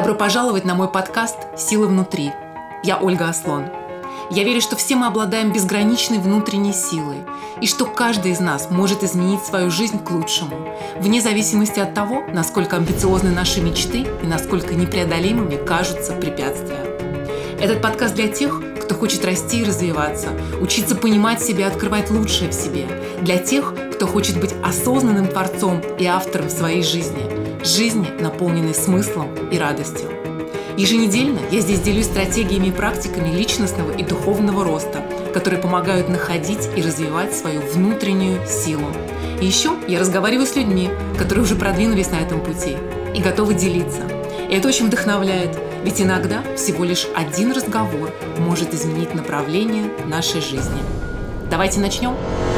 Добро пожаловать на мой подкаст «Сила внутри». Я Ольга Аслон. Я верю, что все мы обладаем безграничной внутренней силой, и что каждый из нас может изменить свою жизнь к лучшему, вне зависимости от того, насколько амбициозны наши мечты и насколько непреодолимыми кажутся препятствия. Этот подкаст для тех, кто хочет расти и развиваться, учиться понимать себя и открывать лучшее в себе, для тех, кто хочет быть осознанным творцом и автором своей жизни, наполненной смыслом и радостью. Еженедельно я здесь делюсь стратегиями и практиками личностного и духовного роста, которые помогают находить и развивать свою внутреннюю силу. И еще я разговариваю с людьми, которые уже продвинулись на этом пути и готовы делиться. И это очень вдохновляет, ведь иногда всего лишь один разговор может изменить направление нашей жизни. Давайте начнем.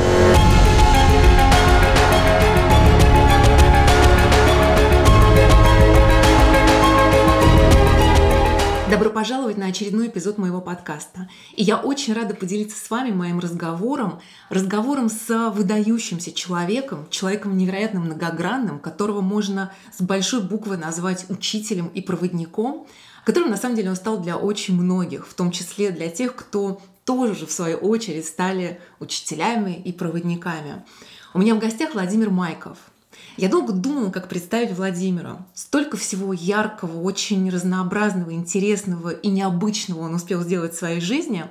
Добро пожаловать на очередной эпизод моего подкаста. И я очень рада поделиться с вами моим разговором с выдающимся человеком невероятно многогранным, которого можно с большой буквы назвать учителем и проводником, которым на самом деле он стал для очень многих, в том числе для тех, кто тоже в свою очередь стали учителями и проводниками. У меня в гостях Владимир Майков. Я долго думала, как представить Владимира. Столько всего яркого, очень разнообразного, интересного и необычного он успел сделать в своей жизни.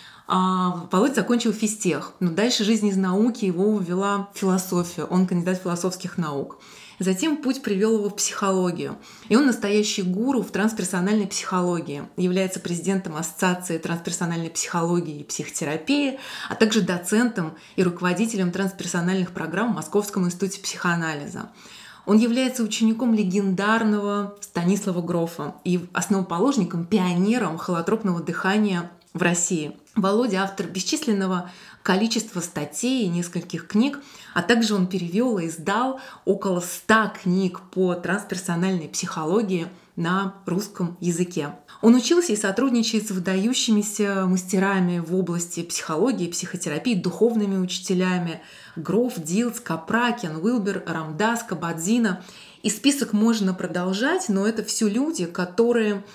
Володя закончил физтех, но дальше жизнь из науки его ввела философия. Он кандидат философских наук. Затем путь привел его в психологию. И он настоящий гуру в трансперсональной психологии. Является президентом Ассоциации трансперсональной психологии и психотерапии, а также доцентом и руководителем трансперсональных программ в Московском институте психоанализа. Он является учеником легендарного Станислава Грофа и основоположником, пионером холотропного дыхания в России. Володя — автор бесчисленного количества статей и нескольких книг, а также он перевел и издал около 100 книг по трансперсональной психологии на русском языке. Он учился и сотрудничает с выдающимися мастерами в области психологии, психотерапии, духовными учителями Гроф, Дилц, Капракин, Уилбер, Рамдас, Кабадзина. И список можно продолжать, но это все люди, которые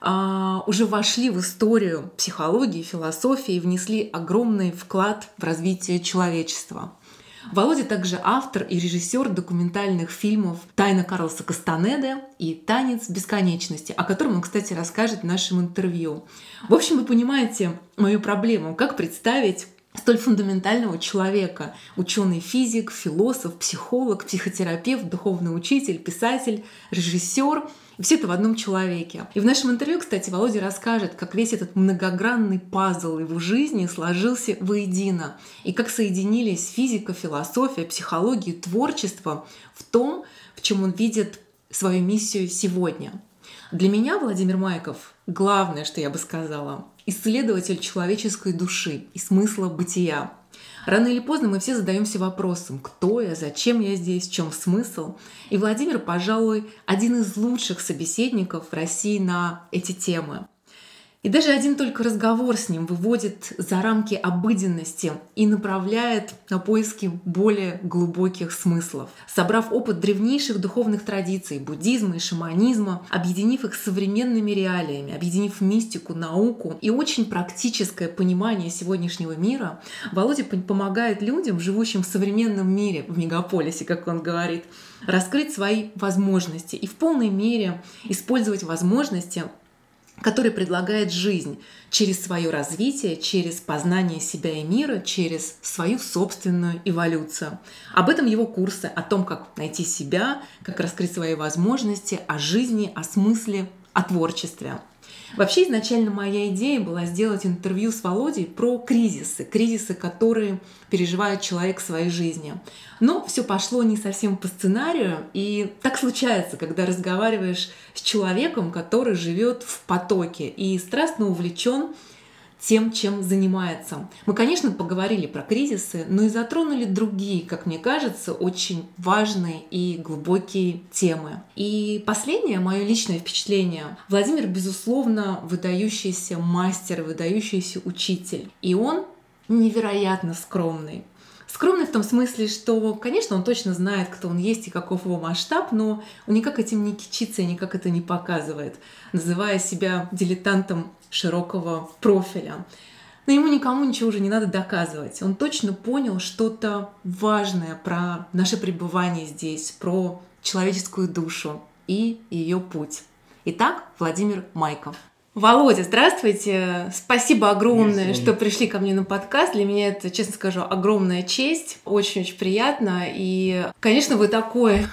уже вошли в историю психологии, философии и внесли огромный вклад в развитие человечества. Володя также автор и режиссер документальных фильмов «Тайна Карлоса Кастанеды» и «Танец бесконечности», о котором он, кстати, расскажет в нашем интервью. В общем, вы понимаете мою проблему, как представить столь фундаментального человека: ученый-физик, философ, психолог, психотерапевт, духовный учитель, писатель, режиссер. И все это в одном человеке. И в нашем интервью, кстати, Володя расскажет, как весь этот многогранный пазл его жизни сложился воедино, и как соединились физика, философия, психология, творчество в том, в чем он видит свою миссию сегодня. Для меня Владимир Майков — главное, что я бы сказала, исследователь человеческой души и смысла бытия. Рано или поздно мы все задаемся вопросом: кто я, зачем я здесь, в чем смысл? И Владимир, пожалуй, один из лучших собеседников в России на эти темы. И даже один только разговор с ним выводит за рамки обыденности и направляет на поиски более глубоких смыслов. Собрав опыт древнейших духовных традиций буддизма и шаманизма, объединив их с современными реалиями, объединив мистику, науку и очень практическое понимание сегодняшнего мира, Володя помогает людям, живущим в современном мире, в мегаполисе, как он говорит, раскрыть свои возможности и в полной мере использовать возможности, который предлагает жизнь через свое развитие, через познание себя и мира, через свою собственную эволюцию. Об этом его курсы, о том, как найти себя, как раскрыть свои возможности, о жизни, о смысле, о творчестве. Вообще, изначально моя идея была сделать интервью с Володей про кризисы, которые переживает человек в своей жизни. Но все пошло не совсем по сценарию, и так случается, когда разговариваешь с человеком, который живет в потоке и страстно увлечен тем, чем занимается. Мы, конечно, поговорили про кризисы, но и затронули другие, как мне кажется, очень важные и глубокие темы. И последнее мое личное впечатление: Владимир, безусловно, выдающийся мастер, выдающийся учитель. И он невероятно скромный. Скромный в том смысле, что, конечно, он точно знает, кто он есть и каков его масштаб, но он никак этим не кичится и никак это не показывает, называя себя дилетантом широкого профиля. Но ему никому ничего уже не надо доказывать. Он точно понял что-то важное про наше пребывание здесь, про человеческую душу и ее путь. Итак, Владимир Майков. Володя, здравствуйте. Спасибо огромное, что пришли ко мне на подкаст. Для меня это, честно скажу, огромная честь. Очень-очень приятно. И, конечно, вы такой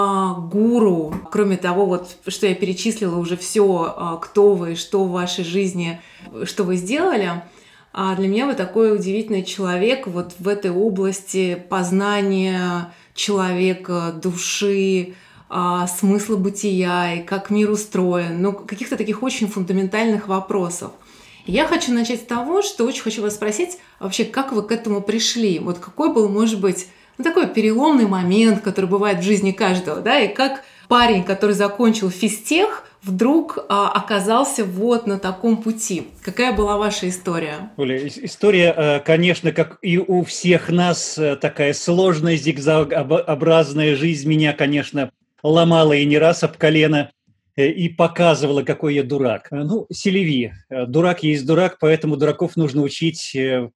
гуру. Кроме того, вот, что я перечислила уже все, кто вы, что в вашей жизни, что вы сделали. А для меня вы такой удивительный человек вот в этой области познания человека, души, смысла бытия и как мир устроен, ну, каких-то таких очень фундаментальных вопросов. Я хочу начать с того, что очень хочу вас спросить вообще, как вы к этому пришли? Вот какой был, может быть, ну, такой переломный момент, который бывает в жизни каждого, да, и как парень, который закончил физтех, вдруг оказался вот на таком пути. Какая была ваша история? Оля, история, конечно, как и у всех нас, такая сложная, зигзагообразная жизнь меня, конечно, ломала и не раз об колено и показывала, какой я дурак. Ну, селеви. Дурак есть дурак, поэтому дураков нужно учить,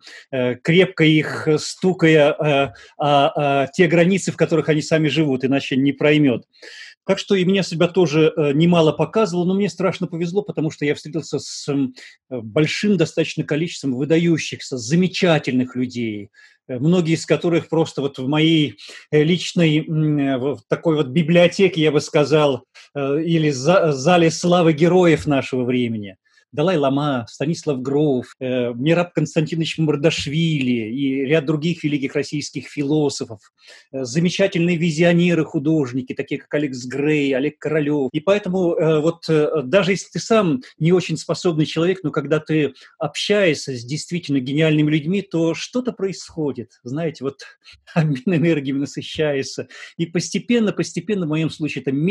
крепко их стукая те границы, в которых они сами живут, иначе не проймет. Так что и меня себя тоже немало показывало, но мне страшно повезло, потому что я встретился с большим достаточно количеством выдающихся, замечательных людей, многие из которых просто вот в моей личной в такой вот библиотеке, я бы сказал, или зале славы героев нашего времени. Далай-Лама, Станислав Гров, Мераб Константинович Мардашвили и ряд других великих российских философов, замечательные визионеры, художники, такие как Алекс Грей, Олег Королев. И поэтому даже если ты сам не очень способный человек, но когда ты общаешься с действительно гениальными людьми, то что-то происходит. Знаете, вот обмен энергиями насыщается. И постепенно, в моем случае, это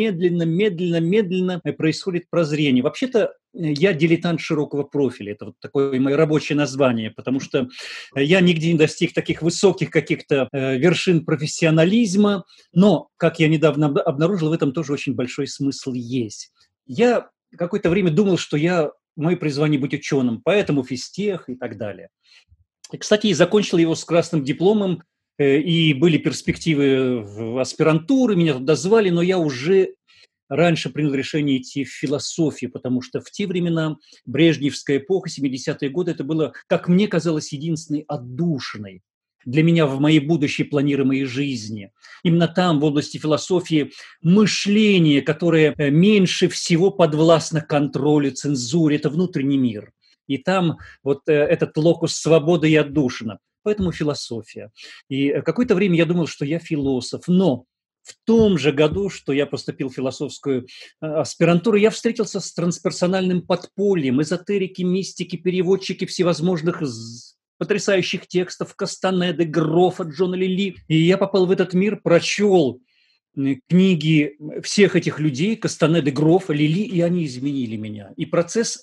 медленно происходит прозрение. Вообще-то я дилетант широкого профиля. Это вот такое мое рабочее название, потому что я нигде не достиг таких высоких каких-то вершин профессионализма, но, как я недавно обнаружил, в этом тоже очень большой смысл есть. Я какое-то время думал, что мое призвание быть ученым, поэтому физтех и так далее. И, кстати, закончил его с красным дипломом, и были перспективы в аспирантуры, меня туда звали, но я уже раньше принял решение идти в философию, потому что в те времена, брежневская эпоха, 70-е годы, это было, как мне казалось, единственной отдушиной для меня в моей будущей планируемой жизни. Именно там, в области философии, мышление, которое меньше всего подвластно контролю, цензуре, это внутренний мир. И там вот этот локус свободы и отдушина. Поэтому философия. И какое-то время я думал, что я философ, но в том же году, что я поступил в философскую аспирантуру, я встретился с трансперсональным подпольем, эзотерики, мистики, переводчики всевозможных потрясающих текстов Кастанеды, Грофа, Джона Лили. И я попал в этот мир, прочел книги всех этих людей, Кастанеды, Грофа, Лили, и они изменили меня. И процесс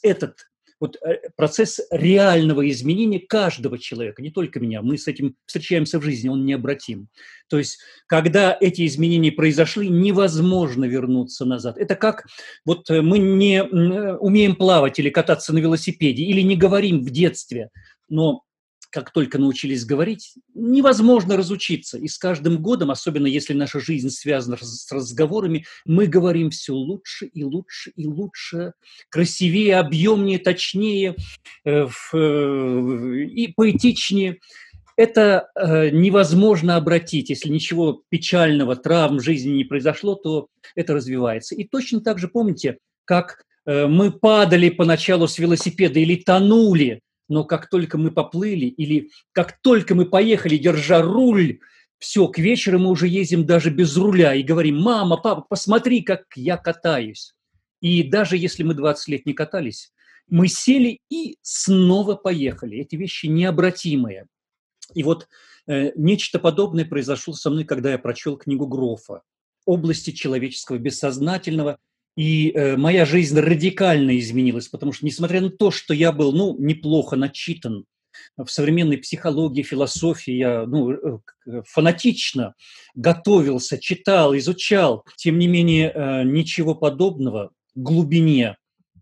реального изменения каждого человека, не только меня, мы с этим встречаемся в жизни, он необратим. То есть, когда эти изменения произошли, невозможно вернуться назад. Это как вот мы не умеем плавать или кататься на велосипеде, или не говорим в детстве, но как только научились говорить, невозможно разучиться. И с каждым годом, особенно если наша жизнь связана с разговорами, мы говорим все лучше и лучше и лучше, красивее, объемнее, точнее и поэтичнее. Это невозможно обратить. Если ничего печального, травм в жизни не произошло, то это развивается. И точно так же помните, как мы падали поначалу с велосипеда или тонули, но как только мы поплыли или как только мы поехали, держа руль, все, к вечеру мы уже ездим даже без руля и говорим: мама, папа, посмотри, как я катаюсь. И даже если мы 20 лет не катались, мы сели и снова поехали. Эти вещи необратимые. И вот нечто подобное произошло со мной, когда я прочел книгу Грофа «Области человеческого бессознательного». И моя жизнь радикально изменилась, потому что, несмотря на то, что я был, неплохо начитан, в современной психологии, философии. Я фанатично готовился, читал, изучал. Тем не менее, ничего подобного глубине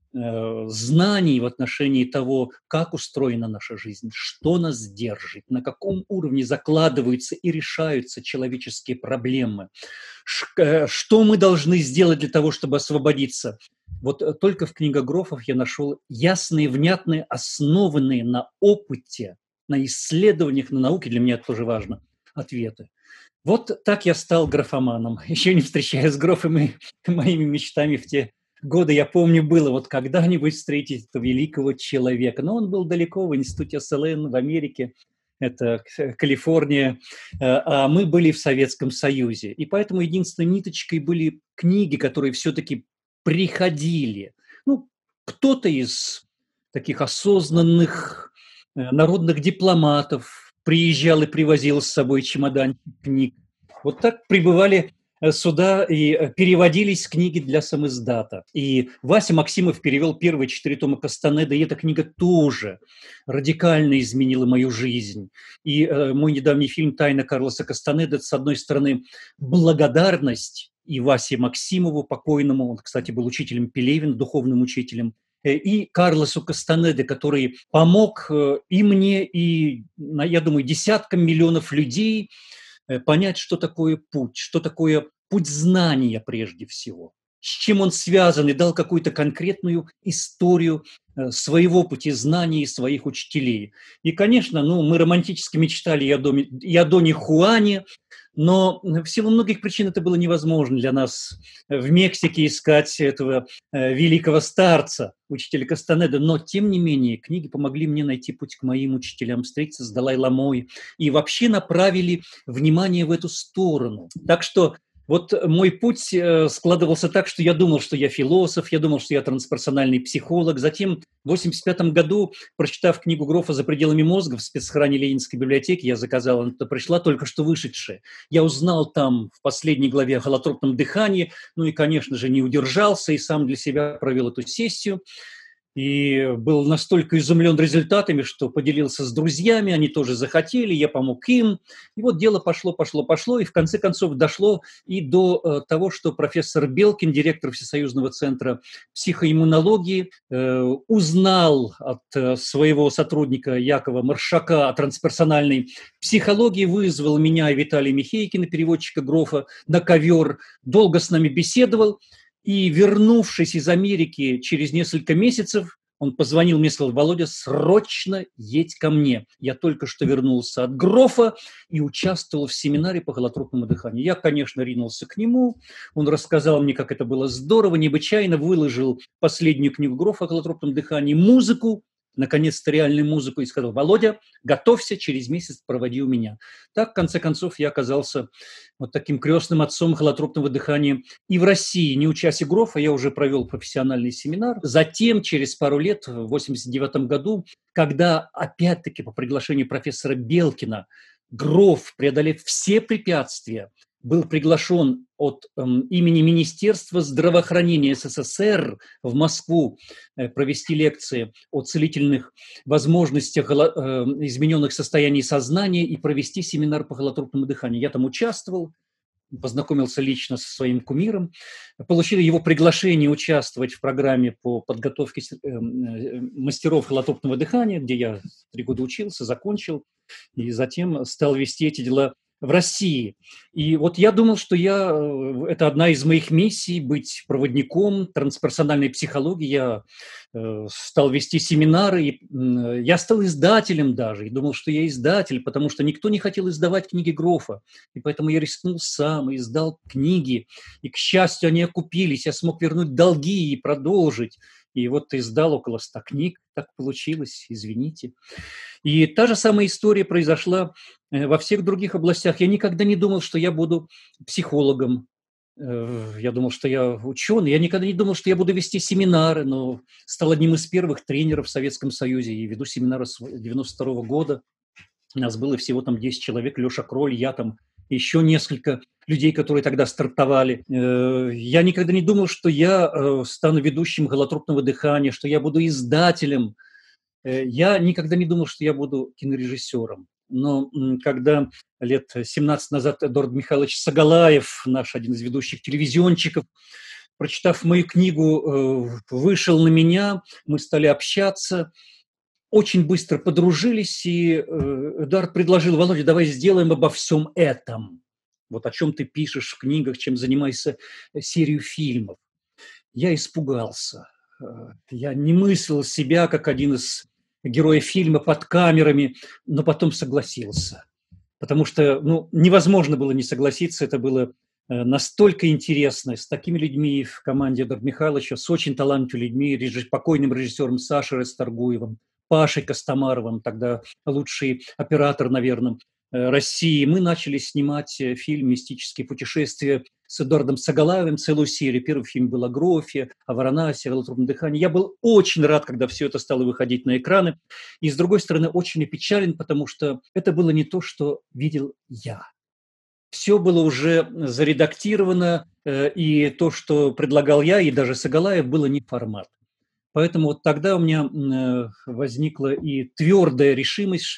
знаний в отношении того, как устроена наша жизнь, что нас держит, на каком уровне закладываются и решаются человеческие проблемы, что мы должны сделать для того, чтобы освободиться. Вот только в книгах Грофов я нашел ясные, внятные, основанные на опыте, на исследованиях, на науке, для меня это тоже важно, ответы. Вот так я стал графоманом, еще не встречаясь с Грофами, моими мечтами в те годы, я помню, было вот когда-нибудь встретить этого великого человека. Но он был далеко, в институте СЛН в Америке, это Калифорния, а мы были в Советском Союзе. И поэтому единственной ниточкой были книги, которые все-таки приходили. Ну, кто-то из таких осознанных народных дипломатов приезжал и привозил с собой чемоданчик книг. Вот так прибывали сюда и переводились книги для самиздата. И Вася Максимов перевел первые 4 тома Кастанеды, и эта книга тоже радикально изменила мою жизнь. И мой недавний фильм «Тайна Карлоса Кастанеды» – это, с одной стороны, благодарность и Васе Максимову, покойному, он, кстати, был учителем Пелевина, духовным учителем, и Карлосу Кастанеде, который помог и мне, и, я думаю, десяткам миллионов людей понять, что такое путь знания прежде всего, с чем он связан, и дал какую-то конкретную историю своего пути знания и своих учителей. И, конечно, мы романтически мечтали и о Доне Хуане, но в силу многих причин это было невозможно для нас в Мексике искать этого великого старца, учителя Кастанеды. Но, тем не менее, книги помогли мне найти путь к моим учителям, встретиться с Далай-ламой и вообще направили внимание в эту сторону. Так что вот мой путь складывался так, что я думал, что я философ, я думал, что я трансперсональный психолог. Затем в 1985 году, прочитав книгу Грофа «За пределами мозга» в спецхране Ленинской библиотеки, я заказал, она туда пришла, только что вышедшая. Я узнал там в последней главе о холотропном дыхании, и, конечно же, не удержался и сам для себя провел эту сессию. И был настолько изумлен результатами, что поделился с друзьями, они тоже захотели, я помог им. И вот дело пошло, и в конце концов дошло и до того, что профессор Белкин, директор Всесоюзного центра психоиммунологии, узнал от своего сотрудника Якова Маршака о трансперсональной психологии, вызвал меня и Виталия Михейкина, переводчика Грофа, на ковер, долго с нами беседовал. И, вернувшись из Америки через несколько месяцев, он позвонил мне и сказал: «Володя, срочно едь ко мне. Я только что вернулся от Грофа и участвовал в семинаре по холотропному дыханию». Я, конечно, ринулся к нему. Он рассказал мне, как это было здорово, необычайно, выложил последнюю книгу Грофа о холотропном дыхании, музыку, наконец-то реальную музыку, и сказал: «Володя, готовься, через месяц проводи у меня». Так, в конце концов, я оказался вот таким крестным отцом холотропного дыхания. И в России, не учась у Грофа, я уже провел профессиональный семинар. Затем, через пару лет, в 1989 году, когда, опять-таки, по приглашению профессора Белкина, Гроф, преодолев все препятствия, был приглашен от имени Министерства здравоохранения СССР в Москву провести лекции о целительных возможностях измененных состояний сознания и провести семинар по холотропному дыханию. Я там участвовал, познакомился лично со своим кумиром, получил его приглашение участвовать в программе по подготовке мастеров холотропного дыхания, где я 3 года учился, закончил, и затем стал вести эти дела в России. И вот я думал, что это одна из моих миссий — быть проводником трансперсональной психологии. Я стал вести семинары, и я стал издателем даже, и думал, что я издатель, потому что никто не хотел издавать книги Грофа. И поэтому я рискнул сам и издал книги. И, к счастью, они окупились, я смог вернуть долги и продолжить. И вот издал около 100 книг, так получилось, извините. И та же самая история произошла во всех других областях. Я никогда не думал, что я буду психологом. Я думал, что я ученый. Я никогда не думал, что я буду вести семинары, но стал одним из первых тренеров в Советском Союзе и веду семинары с 1992 года. У нас было всего там 10 человек, Леша Кроль, я там, еще несколько людей, которые тогда стартовали. Я никогда не думал, что я стану ведущим холотропного дыхания, что я буду издателем. Я никогда не думал, что я буду кинорежиссером. Но когда лет 17 назад Эдуард Михайлович Сагалаев, наш один из ведущих телевизионщиков, прочитав мою книгу, вышел на меня, мы стали общаться, очень быстро подружились, и Эдуард предложил: Володя, давай сделаем обо всем этом. Вот о чем ты пишешь в книгах, чем занимаешься, серию фильмов. Я испугался. Я не мыслил себя как один из героев фильма под камерами, но потом согласился. Потому что невозможно было не согласиться. Это было настолько интересно. С такими людьми в команде Эдуарда Михайловича, с очень талантливыми людьми, покойным режиссером Сашей Расторгуевым, Пашей Костомаровым, тогда лучший оператор, наверное, России. Мы начали снимать фильм «Мистические путешествия» с Эдуардом Сагалаевым, целую серию. Первый фильм был «Агрофья», «О Варанасе», «О трудном дыхании». Я был очень рад, когда все это стало выходить на экраны. И, с другой стороны, очень опечален, потому что это было не то, что видел я. Все было уже заредактировано, и то, что предлагал я, и даже Сагалаев, было не формат. Поэтому вот тогда у меня возникла и твердая решимость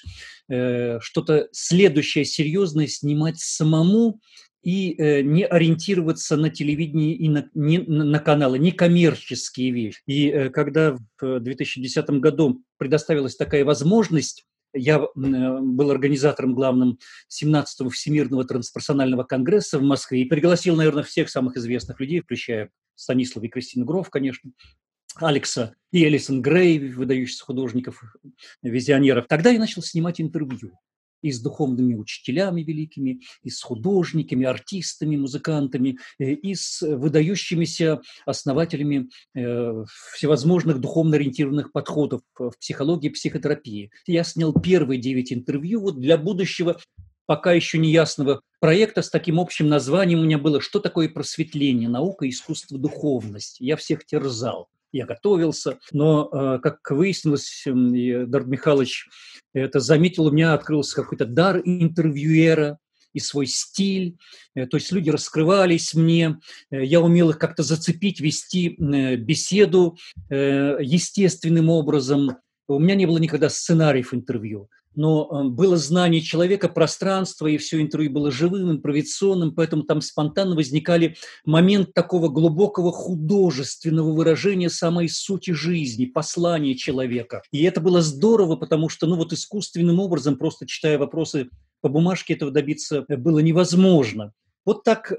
что-то следующее серьезное снимать самому и не ориентироваться на телевидение и на каналы, не коммерческие вещи. И когда в 2010 году предоставилась такая возможность, я был организатором главным 17-го Всемирного трансперсонального конгресса в Москве и пригласил, наверное, всех самых известных людей, включая Станислава и Кристину Гроф, конечно, Алекса и Элисон Грей, выдающихся художников, визионеров. Тогда я начал снимать интервью и с духовными учителями великими, и с художниками, артистами, музыкантами, и с выдающимися основателями всевозможных духовно ориентированных подходов в психологии, психотерапии. Я снял первые 9 интервью вот для будущего пока еще неясного проекта с таким общим названием у меня было «Что такое просветление? Наука, искусство, духовность». Я всех терзал. Я готовился, но, как выяснилось, Эдуард Михайлович это заметил, у меня открылся какой-то дар интервьюера и свой стиль, то есть люди раскрывались мне, я умел их как-то зацепить, вести беседу естественным образом. У меня не было никогда сценариев интервью, но было знание человека, пространства, и все интервью было живым, импровизационным, поэтому там спонтанно возникали момент такого глубокого художественного выражения самой сути жизни, послания человека. И это было здорово, потому что, искусственным образом, просто читая вопросы по бумажке, этого добиться было невозможно. Вот так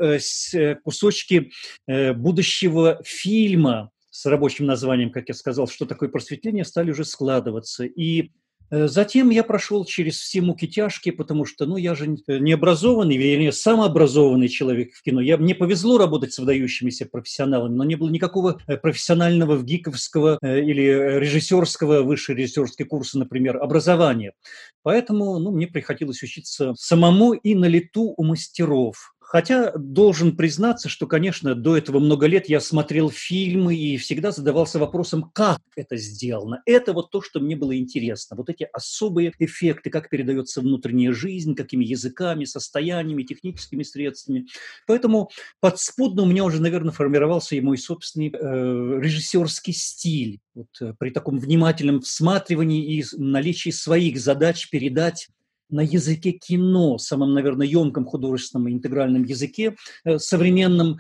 кусочки будущего фильма с рабочим названием, как я сказал, «Что такое просветление», стали уже складываться. И затем я прошел через все муки тяжкие, потому что, я же не образованный, вернее, самообразованный человек в кино. Мне повезло работать с выдающимися профессионалами, но не было никакого профессионального гиковского или режиссерского, высшего режиссерского курса, например, образования. Поэтому, мне приходилось учиться самому и на лету у мастеров. Хотя должен признаться, что, конечно, до этого много лет я смотрел фильмы и всегда задавался вопросом, как это сделано. Это вот то, что мне было интересно. Вот эти особые эффекты, как передается внутренняя жизнь, какими языками, состояниями, техническими средствами. Поэтому подспудно у меня уже, наверное, формировался и мой собственный режиссерский стиль. Вот, при таком внимательном всматривании и наличии своих задач передать на языке кино, самом, наверное, емком художественном и интегральном языке современном,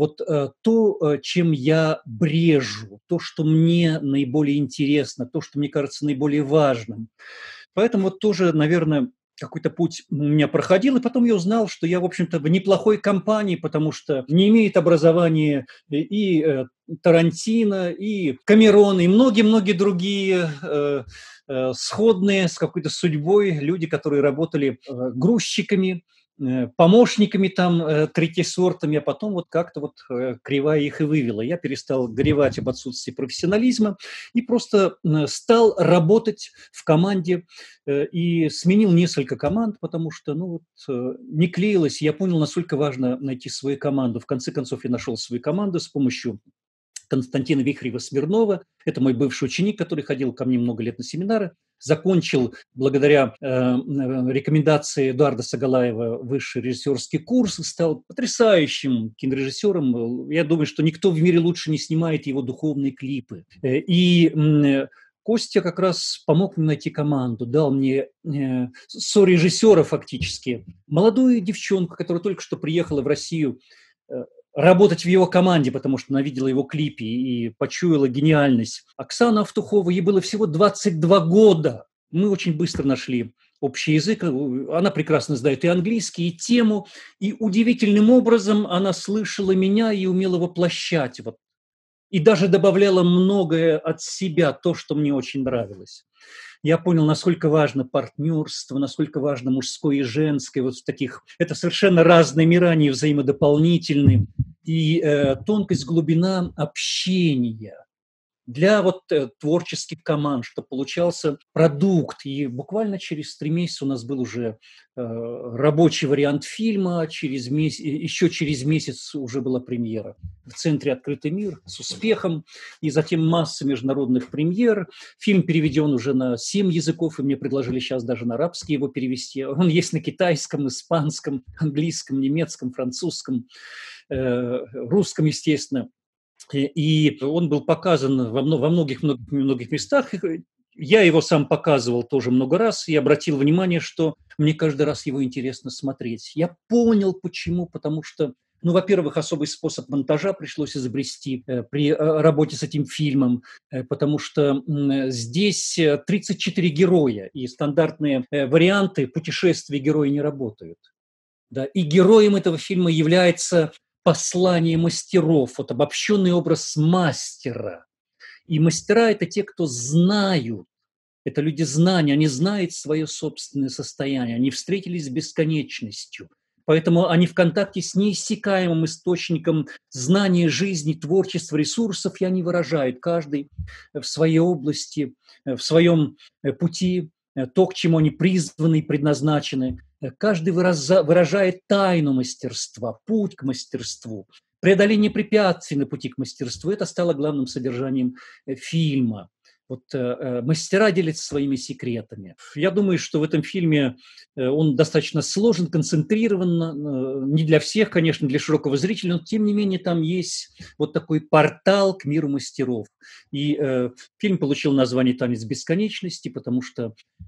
то, чем я брежу, то, что мне наиболее интересно, то, что мне кажется наиболее важным. Поэтому тоже, наверное, какой-то путь у меня проходил, и потом я узнал, что я, в общем-то, в неплохой компании, потому что не имеет образования и Тарантино, и Камерон, и многие-многие другие сходные с какой-то судьбой люди, которые работали грузчиками, помощниками там, третьесортами, а потом как-то кривая их и вывела. Я перестал горевать об отсутствии профессионализма и просто стал работать в команде и сменил несколько команд, потому что не клеилось. Я понял, насколько важно найти свою команду. В конце концов, я нашел свою команду с помощью Константина Вихрева-Смирнова. Это мой бывший ученик, который ходил ко мне много лет на семинары. Закончил благодаря рекомендации Эдуарда Сагалаева высший режиссерский курс, стал потрясающим кинорежиссером. Я думаю, что никто в мире лучше не снимает его духовные клипы. И Костя как раз помог мне найти команду, дал мне сорежиссера фактически, молодую девчонку, которая только что приехала в Россию э, работать в его команде, потому что она видела его клипы и почуяла гениальность. Оксана Автухова, ей было всего 22 года. Мы очень быстро нашли общий язык. Она прекрасно знает и английский, и тему. И удивительным образом она слышала меня и умела воплощать. Вот. И даже добавляла многое от себя, то, что мне очень нравилось. Я понял, насколько важно партнерство, насколько важно мужское и женское. Вот в таких, это совершенно разные мира, они взаимодополнительны. И тонкость, глубина общения для вот творческих команд, что получался продукт. И буквально через 3 месяца у нас был уже рабочий вариант фильма, еще через месяц уже была премьера в Центре «Открытый мир» с успехом, и затем масса международных премьер. Фильм переведен уже на 7 языков, и мне предложили сейчас даже на арабский его перевести. Он есть на китайском, испанском, английском, немецком, французском, русском, естественно. И он был показан во многих местах. Я его сам показывал тоже много раз и обратил внимание, что мне каждый раз его интересно смотреть. Я понял, почему. Потому что, ну, во-первых, особый способ монтажа пришлось изобрести при работе с этим фильмом, потому что здесь 34 героя, и стандартные варианты путешествий героя не работают. Да? И героем этого фильма является послание мастеров, вот обобщенный образ мастера. И мастера – это те, кто знают, это люди знания, они знают свое собственное состояние, они встретились с бесконечностью. Поэтому они в контакте с неиссякаемым источником знания жизни, творчества, ресурсов, и они выражают каждый в своей области, в своем пути, то, к чему они призваны и предназначены. Каждый выражает тайну мастерства, путь к мастерству, преодоление препятствий на пути к мастерству. Это стало главным содержанием фильма. Вот мастера делятся своими секретами. Я думаю, что в этом фильме он достаточно сложен, концентрирован, не для всех, конечно, для широкого зрителя, но тем не менее там есть вот такой портал к миру мастеров. И фильм получил название «Танец бесконечности», потому что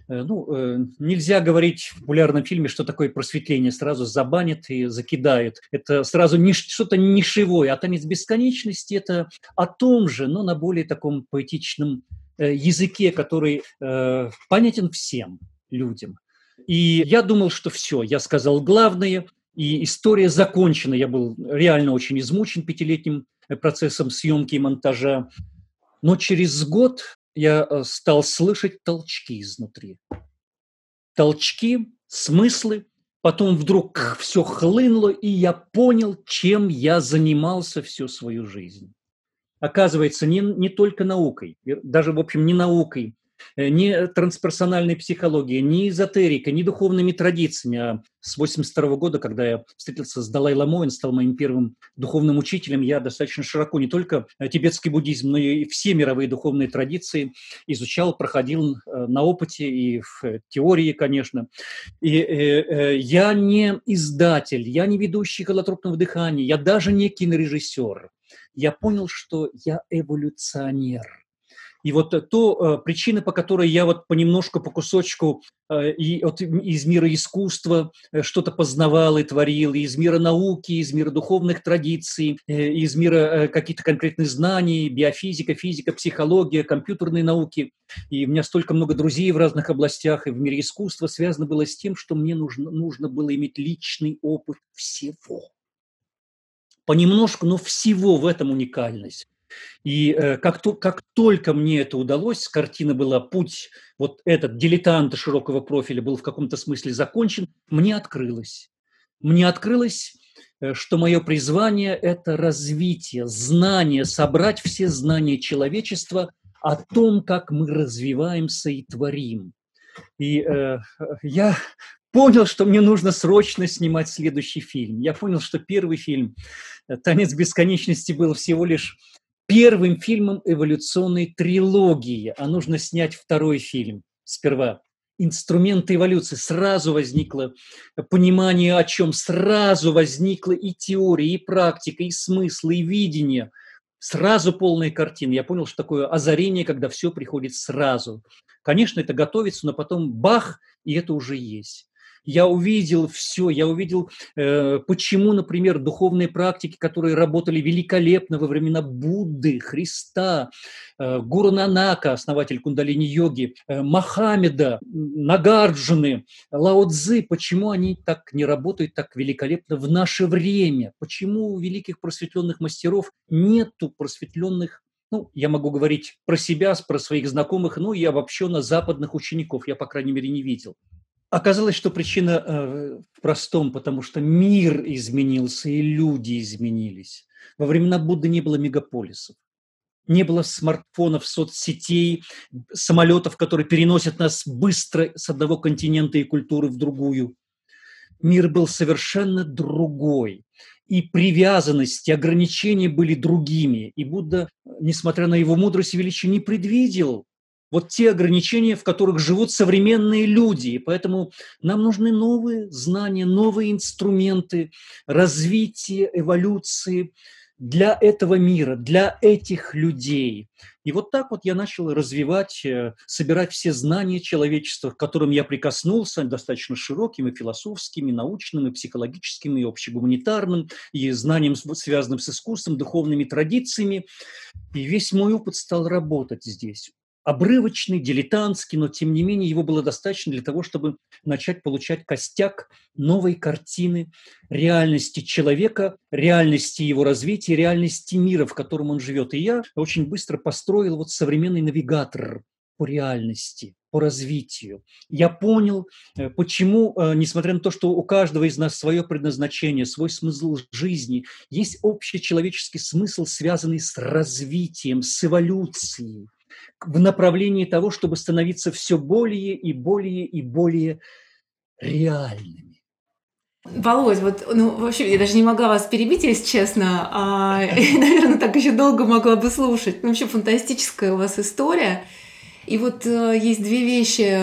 нельзя говорить в популярном фильме, что такое просветление, сразу забанят и закидают. Это сразу что-то нишевое, а «Танец бесконечности» – это о том же, но на более таком поэтичном языке, который понятен всем людям. И я думал, что все, я сказал главное, и история закончена. Я был реально очень измучен 5-летним процессом съемки и монтажа. Но через год я стал слышать толчки изнутри. Толчки, смыслы. Потом вдруг все хлынуло, и я понял, чем я занимался всю свою жизнь. Оказывается, не только наукой, даже, в общем, не наукой, не трансперсональной психологией, не эзотерикой, не духовными традициями. А с 1982 года, когда я встретился с Далай-ламой, он стал моим первым духовным учителем, я достаточно широко не только тибетский буддизм, но и все мировые духовные традиции изучал, проходил на опыте и в теории, конечно. И я не издатель, я не ведущий холотропного дыхания, я даже не кинорежиссер. Я понял, что я эволюционер. И вот причина, по которой я вот понемножку, по кусочку из мира искусства что-то познавал и творил, и из мира науки, из мира духовных традиций, из мира каких-то конкретных знаний, биофизика, физика, психология, компьютерные науки. И у меня столько много друзей в разных областях и в мире искусства связано было с тем, что мне нужно было иметь личный опыт всего. Понемножку, но всего в этом уникальность. И как только мне это удалось, картина была, путь вот этот дилетанта широкого профиля был в каком-то смысле закончен, мне открылось, что мое призвание – это развитие, знание, собрать все знания человечества о том, как мы развиваемся и творим. И я понял, что мне нужно срочно снимать следующий фильм. Я понял, что первый фильм «Танец бесконечности» был всего лишь первым фильмом эволюционной трилогии, а нужно снять второй фильм сперва. Инструменты эволюции. Сразу возникло понимание, о чем, сразу возникла и теория, и практика, и смысл, и видение. сразу полная картина. Я понял, что такое озарение, когда все приходит сразу. Конечно, это готовится, но потом бах, и это уже есть. Я увидел все, я увидел, почему, например, духовные практики, которые работали великолепно во времена Будды, Христа, Гуру Нанака, основатель кундалини-йоги, Мохаммеда, Нагарджуны, Лао Цзы, почему они так не работают так великолепно в наше время? Почему у великих просветленных мастеров нету просветленных, ну, я могу говорить про себя, про своих знакомых, ну и обобщенно западных учеников, я, по крайней мере, не видел. Оказалось, что причина в простом, потому что мир изменился и люди изменились. Во времена Будды не было мегаполисов, не было смартфонов, соцсетей, самолетов, которые переносят нас быстро с одного континента и культуры в другую. Мир был совершенно другой. И привязанности, ограничения были другими. И Будда, несмотря на его мудрость и величие, не предвидел вот те ограничения, в которых живут современные люди. И поэтому нам нужны новые знания, новые инструменты развития, эволюции для этого мира, для этих людей. И вот так вот я начал развивать, собирать все знания человечества, к которым я прикоснулся, достаточно широким, и философским, и научным, и психологическим, и общегуманитарным, и знанием, связанным с искусством, духовными традициями. И весь мой опыт стал работать здесь. Обрывочный, дилетантский, но тем не менее его было достаточно для того, чтобы начать получать костяк новой картины реальности человека, реальности его развития, реальности мира, в котором он живет. И я очень быстро построил вот современный навигатор по реальности, по развитию. Я понял, почему, несмотря на то, что у каждого из нас свое предназначение, свой смысл жизни, есть общий человеческий смысл, связанный с развитием, с эволюцией, в направлении того, чтобы становиться все более и более и более реальными. Володь, вот, ну, вообще, я даже не могла вас перебить, если честно, и, наверное, так еще долго могла бы слушать. Ну, вообще, фантастическая у вас история. И вот есть две вещи,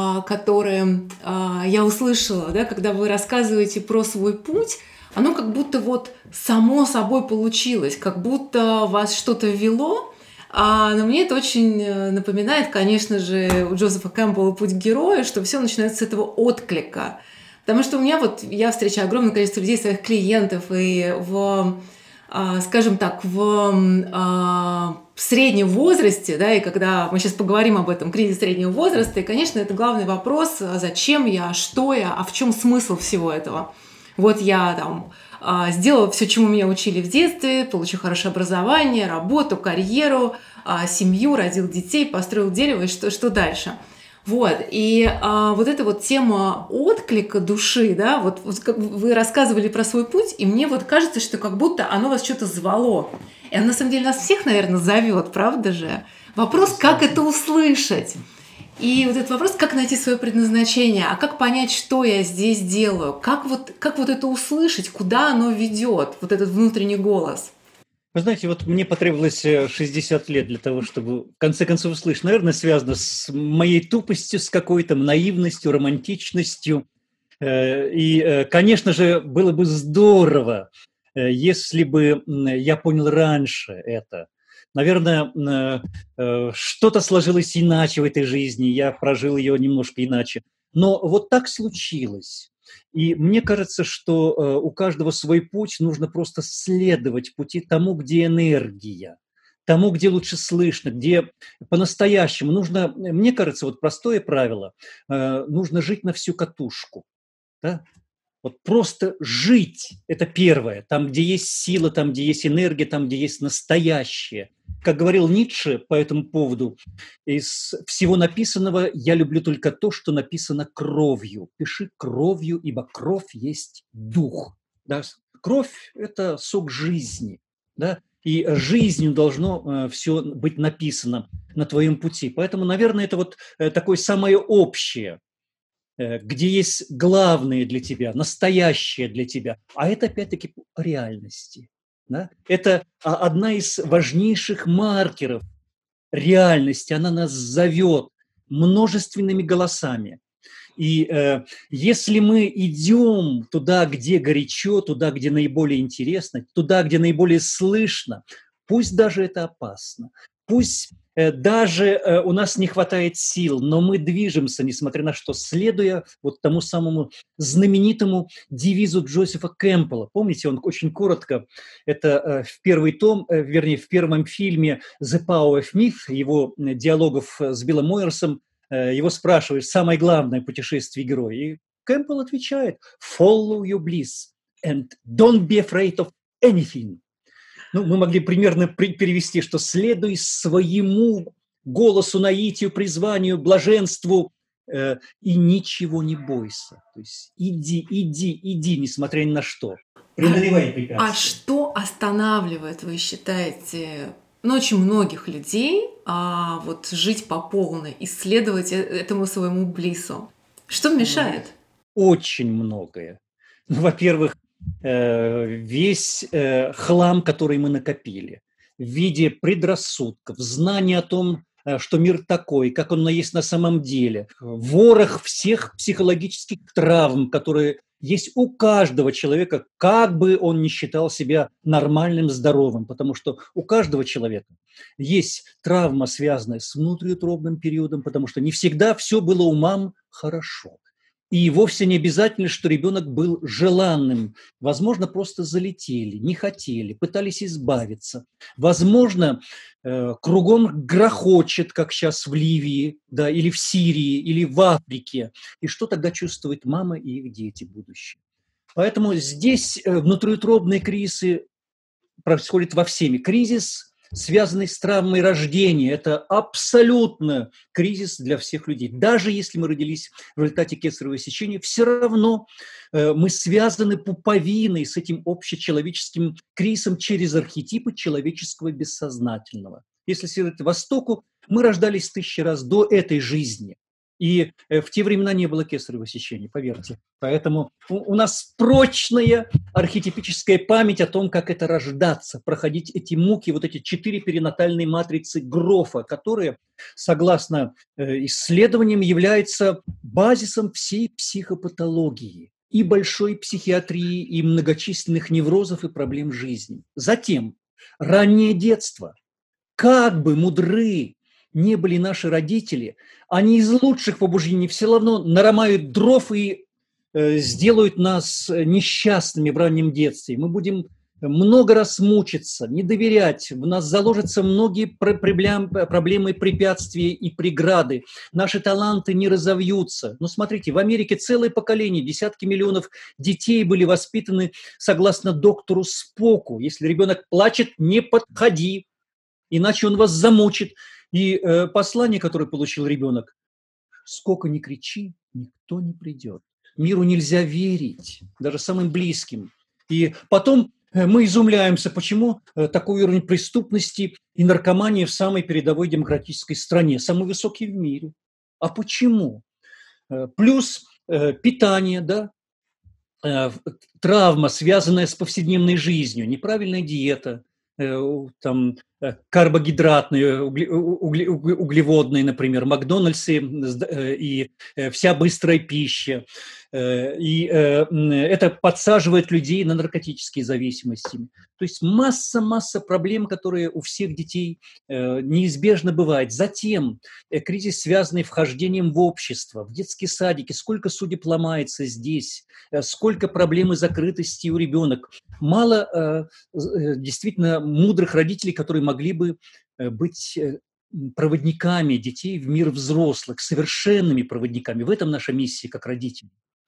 которые я услышала, да, когда вы рассказываете про свой путь. Оно как будто вот само собой получилось, как будто вас что-то вело. Но мне это очень напоминает, конечно же, у Джозефа Кэмпбелла «Путь героя», что все начинается с этого отклика. Потому что у меня вот, я встречаю огромное количество людей, своих клиентов, и скажем так, в среднем возрасте, да, и когда мы сейчас поговорим об этом, кризис среднего возраста, и, конечно, это главный вопрос, зачем я, что я, в чем смысл всего этого. Вот я там сделала все, чему меня учили в детстве, получил хорошее образование, работу, карьеру, семью, родил детей, построил дерево, и что дальше? Вот, и вот эта вот тема отклика души, да, вот вы рассказывали про свой путь, и мне вот кажется, что как будто оно вас что-то звало. И оно, на самом деле, нас всех, наверное, зовет, правда же? Вопрос, как это услышать? И вот этот вопрос, как найти свое предназначение, а как понять, что я здесь делаю, как вот это услышать, куда оно ведет, вот этот внутренний голос. Вы знаете, вот мне потребовалось 60 лет для того, чтобы в конце концов услышать. Наверное, связано с моей тупостью, с какой-то наивностью, романтичностью. И, конечно же, было бы здорово, если бы я понял раньше это. Наверное, что-то сложилось иначе в этой жизни, я прожил ее немножко иначе. Но вот так случилось. И мне кажется, что у каждого свой путь, нужно просто следовать пути тому, где энергия, тому, где лучше слышно, где по-настоящему нужно, мне кажется, вот простое правило, нужно жить на всю катушку. Да? Вот просто жить – это первое. Там, где есть сила, там, где есть энергия, там, где есть настоящее. Как говорил Ницше по этому поводу, из всего написанного я люблю только то, что написано кровью. Пиши кровью, ибо кровь есть дух. Да? Кровь – это сок жизни. Да? И жизнью должно все быть написано на твоем пути. Поэтому, наверное, это вот такое самое общее, где есть главное для тебя, настоящее для тебя. А это опять-таки реальности. Да? Это одна из важнейших маркеров реальности. Она нас зовет множественными голосами. И если мы идем туда, где горячо, туда, где наиболее интересно, туда, где наиболее слышно, Пусть даже это опасно, пусть даже у нас не хватает сил, но мы движемся, несмотря на что, следуя вот тому самому знаменитому девизу Джозефа Кэмпбелла. Помните, он очень коротко, это в первый том, вернее, в первом фильме «The Power of Myth», его диалогов с Биллом Мойерсом, его спрашивают «Самое главное путешествие героя». И Кэмпбелл отвечает «Follow your bliss and don't be afraid of anything». Ну, мы могли примерно перевести, что следуй своему голосу, наитию, призванию, блаженству и ничего не бойся. То есть иди, несмотря ни на что. Преодолевай препятствия. А что останавливает, вы считаете, очень многих людей вот жить по полной, исследовать этому своему блиссу? Что мешает? Очень многое. Ну, во-первых, весь хлам, который мы накопили в виде предрассудков, знания о том, что мир такой, как он есть на самом деле, ворох всех психологических травм, которые есть у каждого человека, как бы он ни считал себя нормальным, здоровым, потому что у каждого человека есть травма, связанная с внутриутробным периодом, потому что не всегда все было у мам хорошо. И вовсе не обязательно, что ребенок был желанным. Возможно, просто залетели, не хотели, пытались избавиться. Возможно, кругом грохочет, как сейчас в Ливии, да, или в Сирии, или в Африке. И что тогда чувствует мама и их дети будущие? Поэтому здесь внутриутробные кризисы происходят во всеми. Кризис, связанный с травмой рождения, это абсолютно кризис для всех людей. Даже если мы родились в результате кесарево сечения, все равно мы связаны пуповиной с этим общечеловеческим кризисом через архетипы человеческого бессознательного. Если следовать Востоку, мы рождались 1000 раз до этой жизни. И в те времена не было кесарево сечения, поверьте. Поэтому у нас прочная архетипическая память о том, как это рождаться, проходить эти муки, вот эти 4 перинатальные матрицы Грофа, которые, согласно исследованиям, являются базисом всей психопатологии и большой психиатрии, и многочисленных неврозов и проблем жизни. Затем раннее детство. Как бы мудры не были наши родители, они из лучших побуждений все равно наромают дров и сделают нас несчастными в раннем детстве. Мы будем много раз мучиться, не доверять. В нас заложатся многие проблемы, препятствия и преграды. Наши таланты не разовьются. Но смотрите, в Америке целое поколение, десятки миллионов детей были воспитаны согласно доктору Споку. Если ребенок плачет, не подходи, иначе он вас замучит. И послание, которое получил ребенок: сколько ни кричи, никто не придет. Миру нельзя верить, даже самым близким. И потом мы изумляемся, почему такой уровень преступности и наркомании в самой передовой демократической стране, самый высокий в мире. А почему? Плюс питание, да, травма, связанная с повседневной жизнью, неправильная диета, там, карбогидратные, углеводные, например, Макдональдсы и вся быстрая пища. И это подсаживает людей на наркотические зависимости. То есть масса проблем, которые у всех детей неизбежно бывает. Затем кризис, связанный вхождением в общество, в детские садики. Сколько судеб ломается здесь, сколько проблем и закрытости у ребенка. Мало действительно мудрых родителей, которые могли бы быть проводниками детей в мир взрослых, совершенными проводниками. В этом наша миссия как родителей.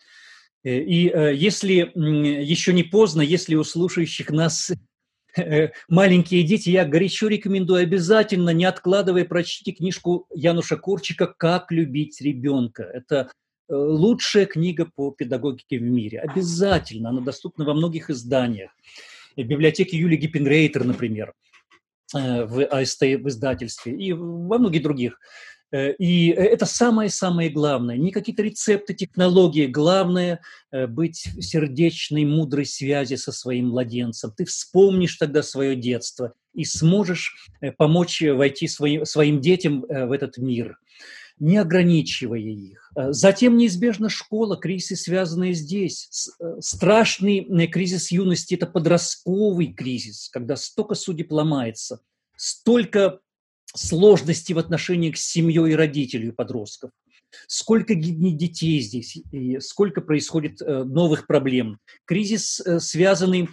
И если еще не поздно, если у слушающих нас маленькие дети, я горячо рекомендую, обязательно, не откладывая, прочтите книжку Януша Курчика «Как любить ребенка». Это лучшая книга по педагогике в мире. Обязательно. Она доступна во многих изданиях. В библиотеке Юлии Гиппенрейтер, например, в АСТ в издательстве, и во многих других. И это самое-самое главное. Не какие-то рецепты, технологии. Главное быть в сердечной, мудрой связи со своим младенцем. Ты вспомнишь тогда свое детство и сможешь помочь войти своим детям в этот мир. не ограничивая их. Затем неизбежно школа, кризисы, связанные здесь. Страшный кризис юности – это подростковый кризис, когда столько судеб ломается, столько сложностей в отношениях с семьей и родителями подростков. Сколько гибнет детей здесь, и сколько происходит новых проблем. Кризис, связанный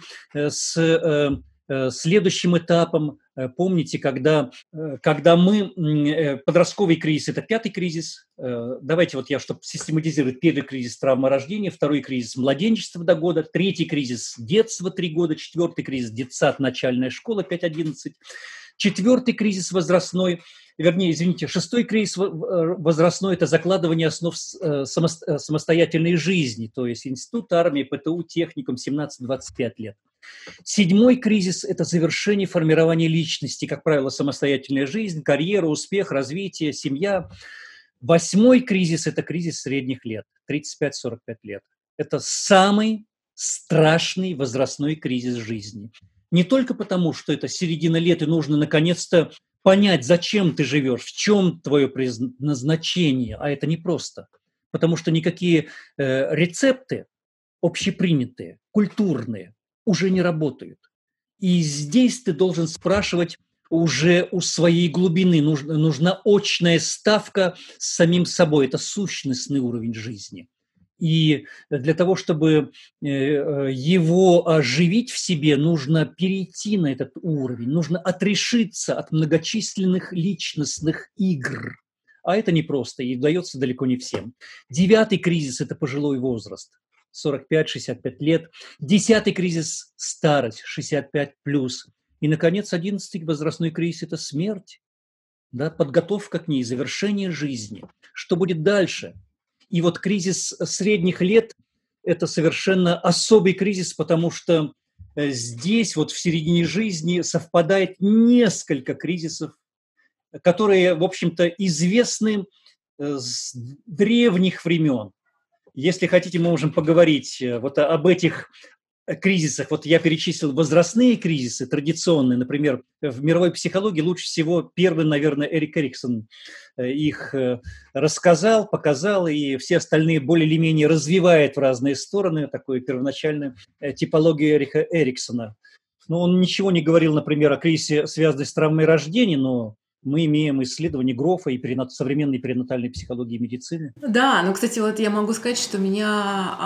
с следующим этапом. Помните, когда мы... Подростковый кризис – это 5-й кризис. Давайте вот я, чтобы систематизировать, 1-й кризис – травма рождения, 2-й кризис – младенчество до года, 3-й кризис – детство 3 года, 4-й кризис – детсад, начальная школа 5-11, 4-й кризис возрастной, вернее, извините, 6-й кризис возрастной – это закладывание основ самостоятельной жизни, то есть институт, армия, ПТУ, техникум, 17-25 лет. 7-й кризис – это завершение формирования личности, как правило, самостоятельная жизнь, карьера, успех, развитие, семья. 8-й кризис – это кризис средних лет, 35-45 лет. Это самый страшный возрастной кризис жизни. Не только потому, что это середина лет, и нужно наконец-то понять, зачем ты живешь, в чем твое предназначение, а это непросто. Потому что никакие рецепты общепринятые, культурные, уже не работают. И здесь ты должен спрашивать уже у своей глубины. Нужна очная ставка с самим собой. Это сущностный уровень жизни. И для того, чтобы его оживить в себе, нужно перейти на этот уровень, нужно отрешиться от многочисленных личностных игр. А это непросто и удается далеко не всем. 9-й кризис – это пожилой возраст, 45-65 лет. 10-й кризис – старость, 65+. И, наконец, 11-й возрастной кризис – это смерть, да, подготовка к ней, завершение жизни. Что будет дальше? И вот кризис средних лет – это совершенно особый кризис, потому что здесь вот в середине жизни совпадает несколько кризисов, которые, в общем-то, известны с древних времен. Если хотите, мы можем поговорить вот об этих кризисах. Вот я перечислил возрастные кризисы традиционные. Например, в мировой психологии лучше всего первый, наверное, Эрик Эриксон их рассказал, показал, и все остальные более или менее развивает в разные стороны. Такую первоначальную типологию Эрика Эриксона. Но он ничего не говорил, например, о кризисе, связанном с травмой рождения, но мы имеем исследования Грофа и современной перинатальной психологии и медицины. Да, ну, кстати, вот я могу сказать, что меня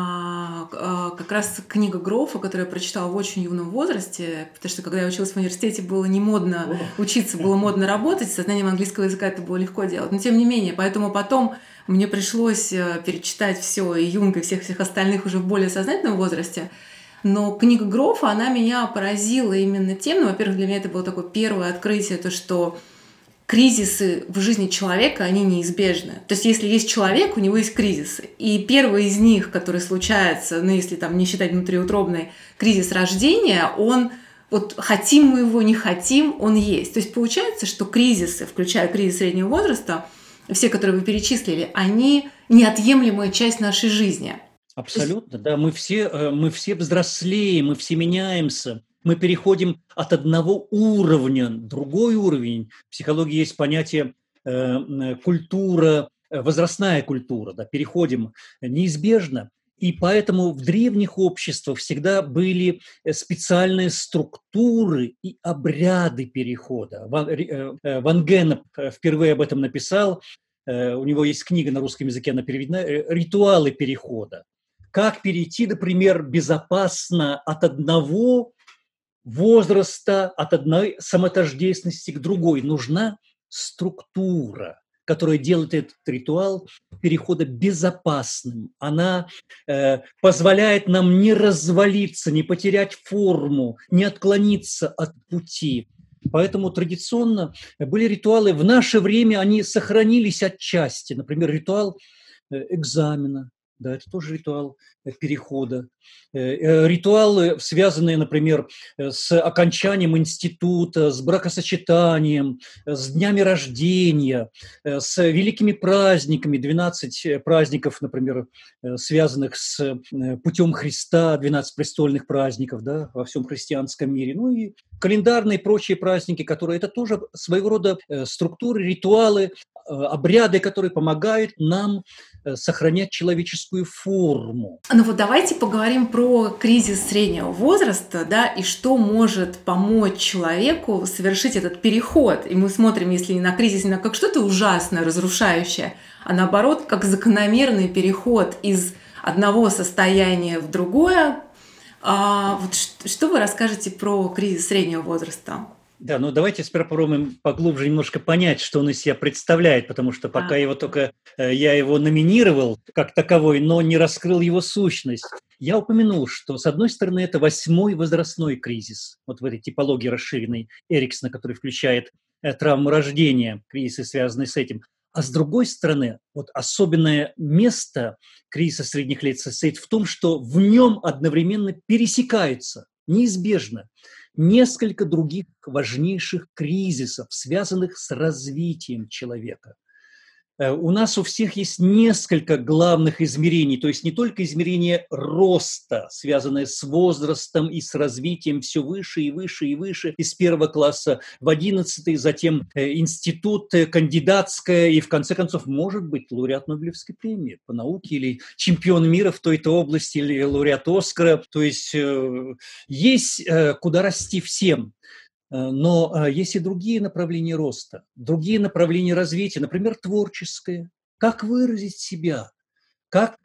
как раз книга Грофа, которую я прочитала в очень юном возрасте, потому что когда я училась в университете, было не модно учиться, было модно работать, со знанием английского языка это было легко делать. Но тем не менее, поэтому потом мне пришлось перечитать все и Юнга, и всех остальных уже в более сознательном возрасте. Но книга Грофа, она меня поразила именно тем, ну, во-первых, для меня это было такое первое открытие, то, что кризисы в жизни человека, они неизбежны. То есть, если есть человек, у него есть кризисы. И первый из них, который случается, ну, если там не считать внутриутробный кризис рождения, он, вот хотим мы его, не хотим, он есть. То есть, получается, что кризисы, включая кризис среднего возраста, все, которые вы перечислили, они неотъемлемая часть нашей жизни. Абсолютно, да. Мы все взрослеем, мы все меняемся. Мы переходим от одного уровня в другой уровень. В психологии есть понятие культура, возрастная культура. Да, переходим неизбежно. И поэтому в древних обществах всегда были специальные структуры и обряды перехода. Ван Генеп впервые об этом написал. У него есть книга на русском языке, она переведена «Ритуалы перехода». Как перейти, например, безопасно от одного возраста, от одной самотождественности к другой. Нужна структура, которая делает этот ритуал перехода безопасным. Она позволяет нам не развалиться, не потерять форму, не отклониться от пути. Поэтому традиционно были ритуалы. В наше время они сохранились отчасти. Например, ритуал экзамена. Да, это тоже ритуал перехода. Ритуалы, связанные, например, с окончанием института, с бракосочетанием, с днями рождения, с великими праздниками, 12 праздников, например, связанных с путем Христа, 12 престольных праздников, да, во всем христианском мире. Ну и календарные и прочие праздники, которые это тоже своего рода структуры, ритуалы, обряды, которые помогают нам сохранять человеческую форму. Ну вот давайте поговорим про кризис среднего возраста, да, и что может помочь человеку совершить этот переход. И мы смотрим, если не на кризис, не на как что-то ужасное, разрушающее, а наоборот, как закономерный переход из одного состояния в другое. Вот что вы расскажете про кризис среднего возраста? Да, ну давайте сперва попробуем поглубже немножко понять, что он из себя представляет, потому что пока я его номинировал как таковой, но не раскрыл его сущность. Я упомянул, что с одной стороны это 8-й возрастной кризис, вот в этой типологии расширенной Эриксона, который включает травму рождения, кризисы, связанные с этим. А с другой стороны, вот особенное место кризиса средних лет состоит в том, что в нем одновременно пересекаются неизбежно несколько других важнейших кризисов, связанных с развитием человека. У нас у всех есть несколько главных измерений, то есть не только измерение роста, связанное с возрастом и с развитием все выше и выше и выше, из 1 класса в 11, затем институт, кандидатская и, в конце концов, может быть, лауреат Нобелевской премии по науке или чемпион мира в той-то области или лауреат Оскара. То есть есть куда расти всем. Но есть и другие направления роста, другие направления развития, например, творческое. Как выразить себя? Как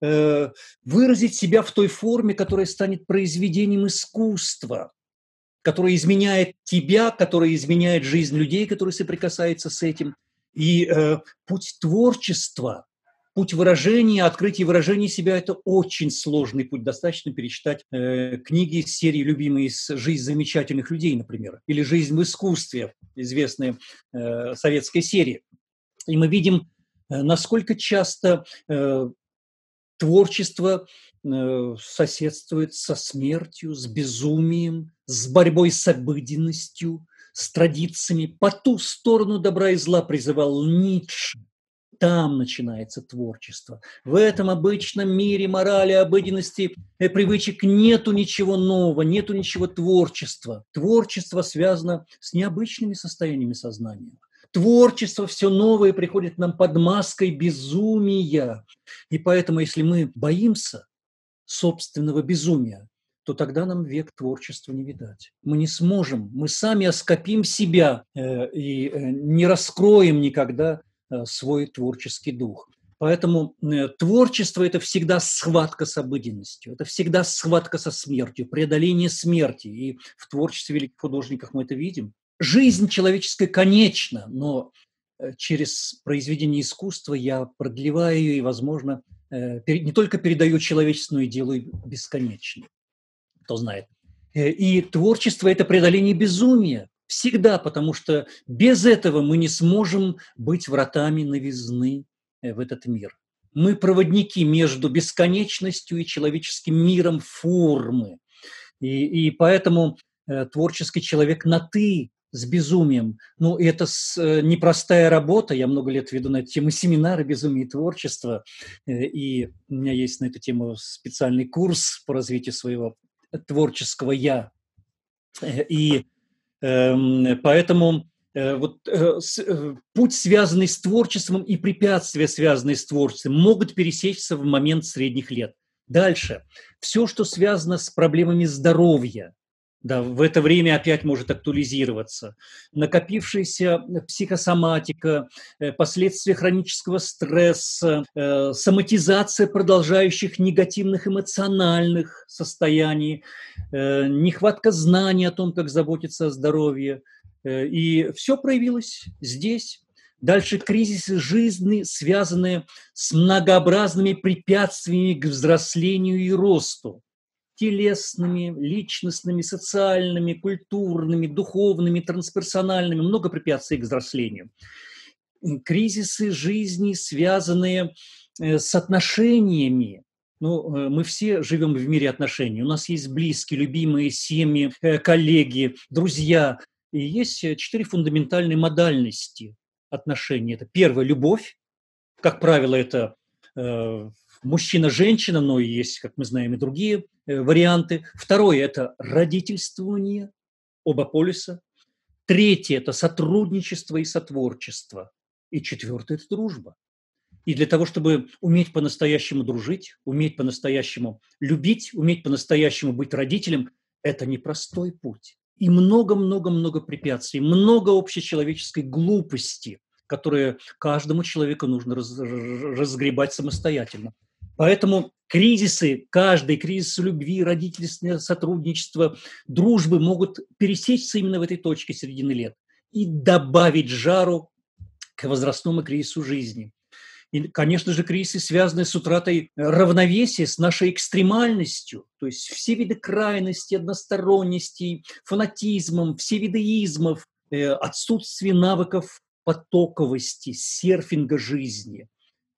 выразить себя в той форме, которая станет произведением искусства, которая изменяет тебя, которая изменяет жизнь людей, которые соприкасаются с этим. И путь творчества, путь выражения, открытие выражения себя – это очень сложный путь. Достаточно перечитать книги из серии «Любимые жизнь замечательных людей», например, или «Жизнь в искусстве», известная советская серия. И мы видим, насколько часто творчество соседствует со смертью, с безумием, с борьбой с обыденностью, с традициями. По ту сторону добра и зла призывал Ницше. Там начинается творчество. В этом обычном мире морали, обыденности, привычек нету ничего нового, нету ничего творчества. Творчество связано с необычными состояниями сознания. Творчество все новое приходит нам под маской безумия. И поэтому, если мы боимся собственного безумия, то тогда нам век творчества не видать. Мы не сможем, мы сами оскопим себя и не раскроем никогда свой творческий дух. Поэтому творчество – это всегда схватка с обыденностью, это всегда схватка со смертью, преодоление смерти. И в творчестве великих художников мы это видим. Жизнь человеческая конечна, но через произведение искусства я продлеваю ее и, возможно, не только передаю человечество, но и делаю бесконечным. Кто знает. И творчество – это преодоление безумия. Всегда, потому что без этого мы не сможем быть вратами новизны в этот мир. Мы проводники между бесконечностью и человеческим миром формы. И поэтому творческий человек на «ты» с безумием. Ну, это непростая работа. Я много лет веду на эту тему семинары «Безумие и творчество». И у меня есть на эту тему специальный курс по развитию своего творческого «я». И поэтому путь, связанный с творчеством, и препятствия, связанные с творчеством, могут пересечься в момент средних лет. Дальше. Все, что связано с проблемами здоровья, да, в это время опять может актуализироваться. Накопившаяся психосоматика, последствия хронического стресса, соматизация продолжающих негативных эмоциональных состояний, нехватка знаний о том, как заботиться о здоровье. И все проявилось здесь. Дальше кризисы жизни, связанные с многообразными препятствиями к взрослению и росту. Телесными, личностными, социальными, культурными, духовными, трансперсональными, много препятствий к взрослению. Кризисы жизни, связанные с отношениями. Ну, мы все живем в мире отношений. У нас есть близкие, любимые, семьи, коллеги, друзья. И есть 4 фундаментальные модальности отношений. Это первое – любовь. Как правило, это мужчина-женщина, но есть, как мы знаем, и другие варианты. Второе – это родительствование, оба полюса. Третье – это сотрудничество и сотворчество. И четвертое – это дружба. И для того, чтобы уметь по-настоящему дружить, уметь по-настоящему любить, уметь по-настоящему быть родителем – это непростой путь. И много-много-много препятствий, много общечеловеческой глупости, которые каждому человеку нужно разгребать самостоятельно. Поэтому кризисы, каждый кризис любви, родительства, сотрудничества, дружбы могут пересечься именно в этой точке середины лет и добавить жару к возрастному кризису жизни. И, конечно же, кризисы, связанные с утратой равновесия, с нашей экстремальностью, то есть все виды крайности, односторонностей, фанатизмом, все виды измов, отсутствие навыков потоковости, серфинга жизни.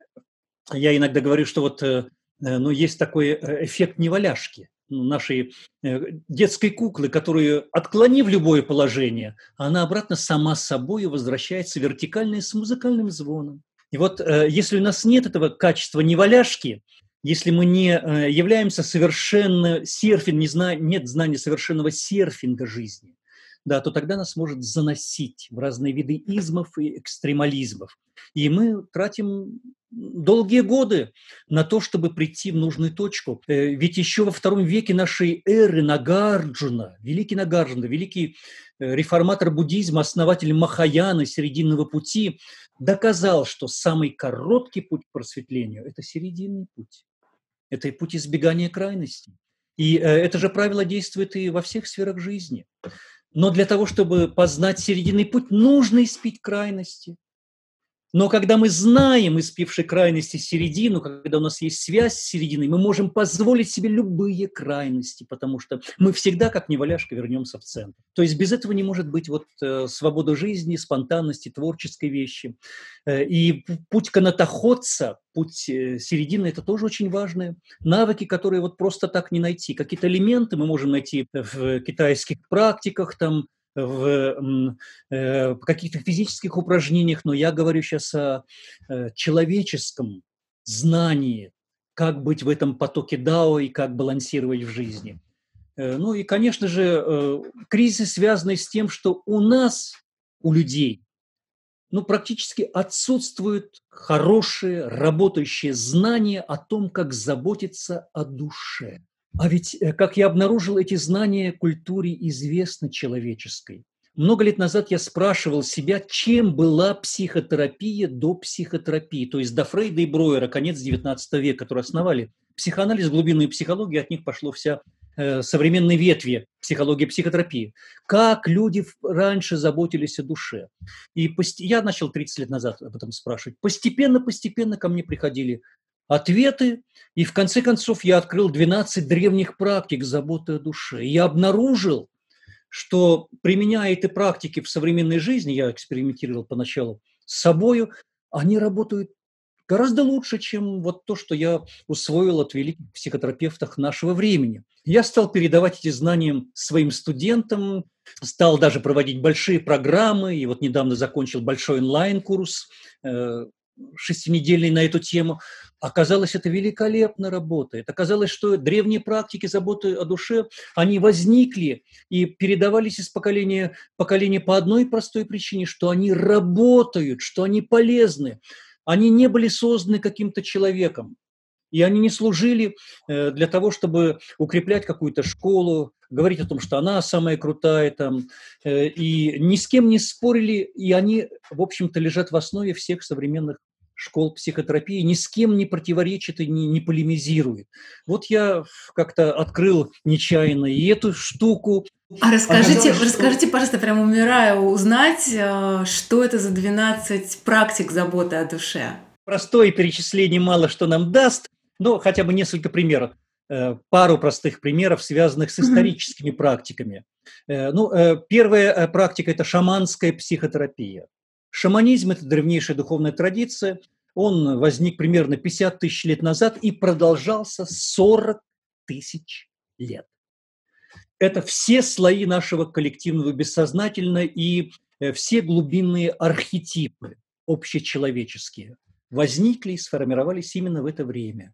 Я иногда говорю, что вот есть такой эффект неваляшки нашей детской куклы, которую, отклонив любое положение, она обратно сама собой возвращается вертикально с музыкальным звоном. И вот если у нас нет этого качества неваляшки, если мы не являемся совершенно нет знания совершенного серфинга жизни, да, то тогда нас может заносить в разные виды измов и экстремализмов. И мы тратим долгие годы на то, чтобы прийти в нужную точку. Ведь еще во II веке нашей эры Нагарджуна, великий реформатор буддизма, основатель Махаяны, серединного пути, доказал, что самый короткий путь к просветлению – это серединный путь. Это путь избегания крайностей. И это же правило действует и во всех сферах жизни. Но для того, чтобы познать серединный путь, нужно испить крайности. Но когда мы знаем, испивши крайности, середину, когда у нас есть связь с серединой, мы можем позволить себе любые крайности, потому что мы всегда, как неваляшка, вернемся в центр. То есть без этого не может быть свобода жизни, спонтанности, творческой вещи. И путь канатоходца, путь середины – это тоже очень важные навыки, которые просто так не найти. Какие-то элементы мы можем найти в китайских практиках, в каких-то физических упражнениях, но я говорю сейчас о человеческом знании, как быть в этом потоке дао и как балансировать в жизни. Ну и, конечно же, кризисы связаны с тем, что у нас, у людей, практически отсутствуют хорошие, работающие знания о том, как заботиться о душе. А ведь, как я обнаружил, эти знания культуре известны человеческой. Много лет назад я спрашивал себя, чем была психотерапия до психотерапии, то есть до Фрейда и Бройера, конец XIX века, которые основали психоанализ, глубинную психологию, от них пошло вся современные ветви психологии и психотерапии. Как люди раньше заботились о душе. И я начал 30 лет назад об этом спрашивать. Постепенно ко мне приходили ответы, и в конце концов я открыл 12 древних практик заботы о душе. И я обнаружил, что, применяя эти практики в современной жизни, я экспериментировал поначалу с собою, они работают гораздо лучше, чем то, что я усвоил от великих психотерапевтов нашего времени. Я стал передавать эти знания своим студентам, стал даже проводить большие программы, и недавно закончил большой онлайн-курс, 6-недельный на эту тему. Оказалось, это великолепно работает. Оказалось, что древние практики заботы о душе, они возникли и передавались из поколения в поколение по одной простой причине, что они работают, что они полезны. Они не были созданы каким-то человеком. И они не служили для того, чтобы укреплять какую-то школу, говорить о том, что она самая крутая, и ни с кем не спорили, и они, в общем-то, лежат в основе всех современных школ психотерапии, ни с кем не противоречит и не полемизирует. Я как-то открыл нечаянно и эту штуку. А расскажите, пожалуйста, прям умираю узнать, что это за 12 практик заботы о душе. Простое перечисление мало что нам даст, но хотя бы несколько примеров. Пару простых примеров, связанных с историческими практиками. Первая практика – это шаманская психотерапия. Шаманизм – это древнейшая духовная традиция. Он возник примерно 50 тысяч лет назад и продолжался 40 тысяч лет. Это все слои нашего коллективного бессознательного и все глубинные архетипы общечеловеческие возникли и сформировались именно в это время.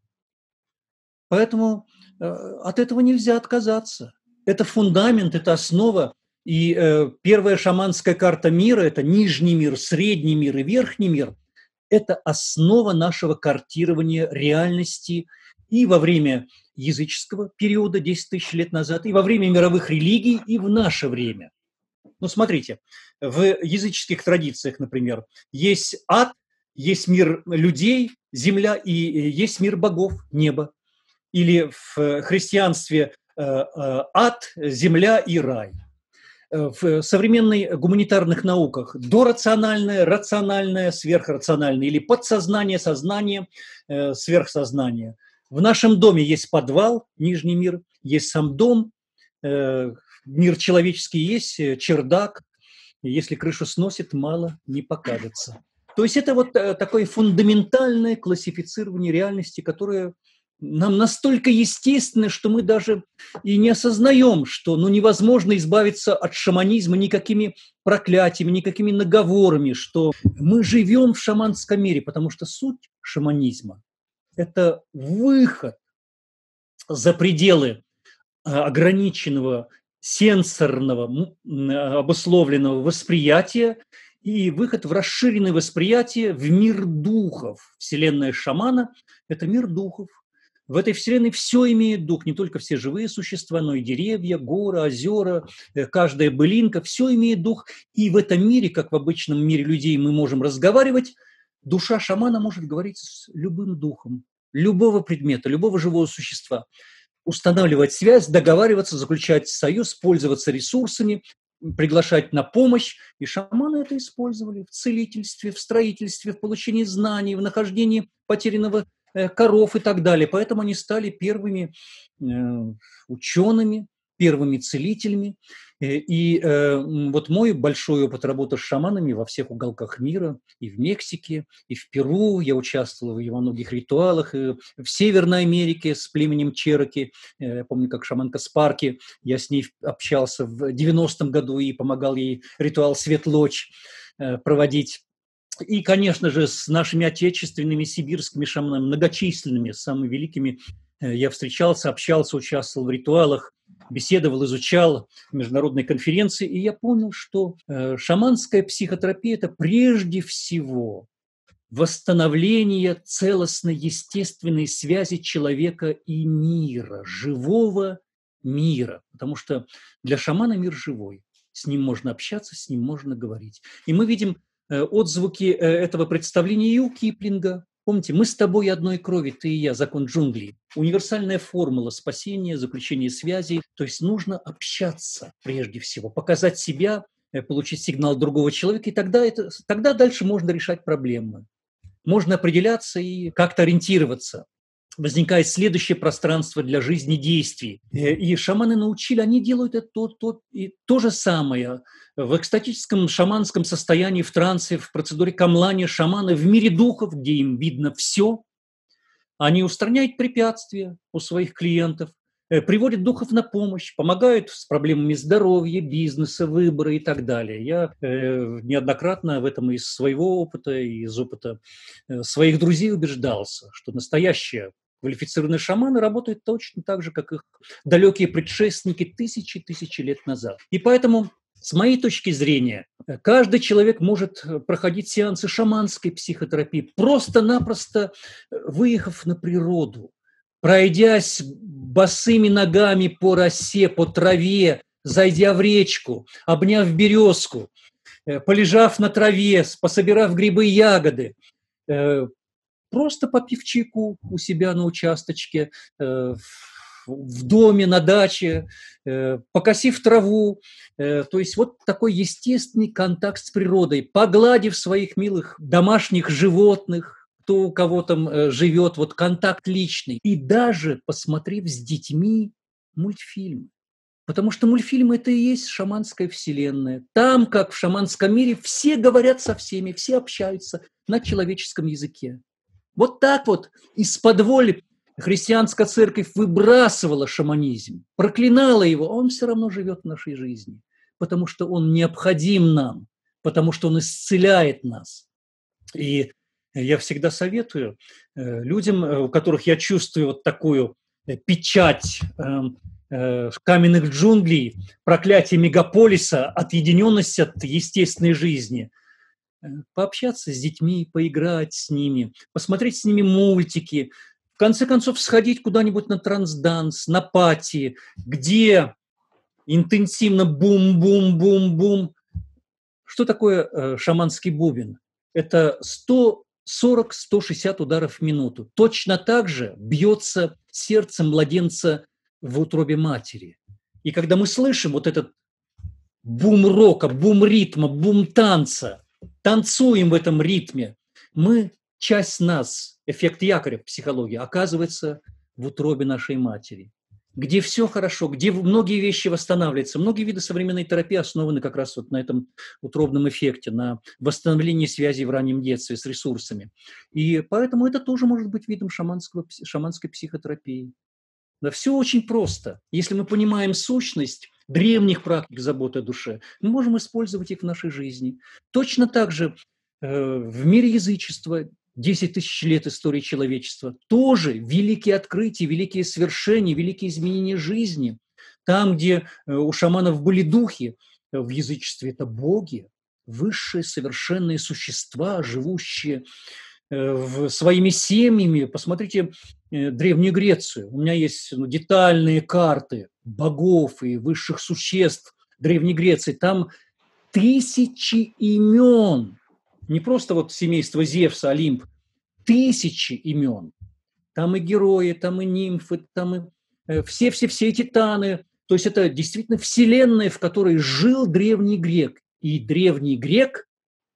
Поэтому от этого нельзя отказаться. Это фундамент, это основа И первая шаманская карта мира – это нижний мир, средний мир и верхний мир. Это основа нашего картирования реальности и во время языческого периода, 10 тысяч лет назад, и во время мировых религий, и в наше время. Ну, смотрите, в языческих традициях, например, есть ад, есть мир людей, земля, и есть мир богов, небо. Или в христианстве ад, земля и рай. В современных гуманитарных науках дорациональное, рациональное, сверхрациональное или подсознание, сознание, сверхсознание. В нашем доме есть подвал, нижний мир, есть сам дом, мир человеческий есть, чердак. Если крышу сносит, мало не покажется. То есть это вот такое фундаментальное классифицирование реальности, которое нам настолько естественно, что мы даже и не осознаем, что невозможно избавиться от шаманизма никакими проклятиями, никакими наговорами, что мы живем в шаманском мире, потому что суть шаманизма – это выход за пределы ограниченного сенсорного обусловленного восприятия и выход в расширенное восприятие в мир духов. Вселенная шамана – это мир духов. В этой вселенной все имеет дух, не только все живые существа, но и деревья, горы, озера, каждая былинка, все имеет дух. И в этом мире, как в обычном мире людей мы можем разговаривать, душа шамана может говорить с любым духом, любого предмета, любого живого существа, устанавливать связь, договариваться, заключать союз, пользоваться ресурсами, приглашать на помощь. И шаманы это использовали в целительстве, в строительстве, в получении знаний, в нахождении потерянного коров и так далее. Поэтому они стали первыми учеными, первыми целителями. И вот мой большой опыт работы с шаманами во всех уголках мира, и в Мексике, и в Перу, я участвовал во многих ритуалах, и в Северной Америке с племенем Чероки, я помню, как шаманка Спарки, я с ней общался в 90-м году и помогал ей ритуал Светлочь проводить. И, конечно же, с нашими отечественными сибирскими шаманами, многочисленными, самыми великими, я встречался, общался, участвовал в ритуалах, беседовал, изучал международные конференции, и я понял, что шаманская психотерапия – это прежде всего восстановление целостной естественной связи человека и мира, живого мира, потому что для шамана мир живой, с ним можно общаться, с ним можно говорить. И мы видим отзвуки этого представления и у Киплинга. Помните, мы с тобой одной крови, ты и я, закон джунглей. Универсальная формула спасения, заключения связей. То есть нужно общаться прежде всего, показать себя, получить сигнал другого человека, и тогда дальше можно решать проблемы. Можно определяться и как-то ориентироваться. Возникает следующее пространство для жизнедействий. И шаманы научили, они делают это то же самое. В экстатическом шаманском состоянии, в трансе, в процедуре камлани шаманы в мире духов, где им видно все, они устраняют препятствия у своих клиентов, приводят духов на помощь, помогают с проблемами здоровья, бизнеса, выбора и так далее. Я неоднократно в этом из своего опыта, из опыта своих друзей убеждался, что настоящие квалифицированные шаманы работают точно так же, как их далекие предшественники тысячи лет назад. И поэтому, с моей точки зрения, каждый человек может проходить сеансы шаманской психотерапии, просто-напросто выехав на природу, пройдясь босыми ногами по росе, по траве, зайдя в речку, обняв березку, полежав на траве, пособирав грибы и ягоды, просто попив чайку у себя на участочке, в доме, на даче, покосив траву. То есть вот такой естественный контакт с природой, погладив своих милых домашних животных, кто у кого там живет, вот контакт личный. И даже посмотрев с детьми мультфильм. Потому что мультфильм – это и есть шаманская вселенная. Там, как в шаманском мире, все говорят со всеми, все общаются на человеческом языке. Вот так вот из-под воли христианская церковь выбрасывала шаманизм, проклинала его, а он все равно живет в нашей жизни, потому что он необходим нам, потому что он исцеляет нас. И я всегда советую людям, у которых я чувствую вот такую печать каменных джунглей, проклятие мегаполиса, отъединенность от естественной жизни. Пообщаться с детьми, поиграть с ними, посмотреть с ними мультики, в конце концов сходить куда-нибудь на трансданс, на пати, где интенсивно бум-бум-бум-бум. Что такое шаманский бубен? Это 140-160 ударов в минуту. Точно так же бьется сердце младенца в утробе матери. И когда мы слышим вот этот бум рока, бум ритма, бум танца, танцуем в этом ритме, часть нас, эффект якоря в психологии, оказывается в утробе нашей матери, где все хорошо, где многие вещи восстанавливаются. Многие виды современной терапии основаны как раз вот на этом утробном эффекте, на восстановлении связи в раннем детстве с ресурсами. И поэтому это тоже может быть видом шаманской психотерапии. Да, все очень просто. Если мы понимаем сущность древних практик заботы о душе, мы можем использовать их в нашей жизни. Точно так же в мире язычества, 10 тысяч лет истории человечества, тоже великие открытия, великие свершения, великие изменения жизни. Там, где у шаманов были духи, в язычестве это боги, высшие совершенные существа, живущие своими семьями. Посмотрите Древнюю Грецию. У меня есть детальные карты богов и высших существ Древней Греции. Там тысячи имен. Не просто вот семейство Зевса, Олимп. Тысячи имен. Там и герои, там и нимфы, там и все титаны. То есть это действительно вселенная, в которой жил древний грек. И древний грек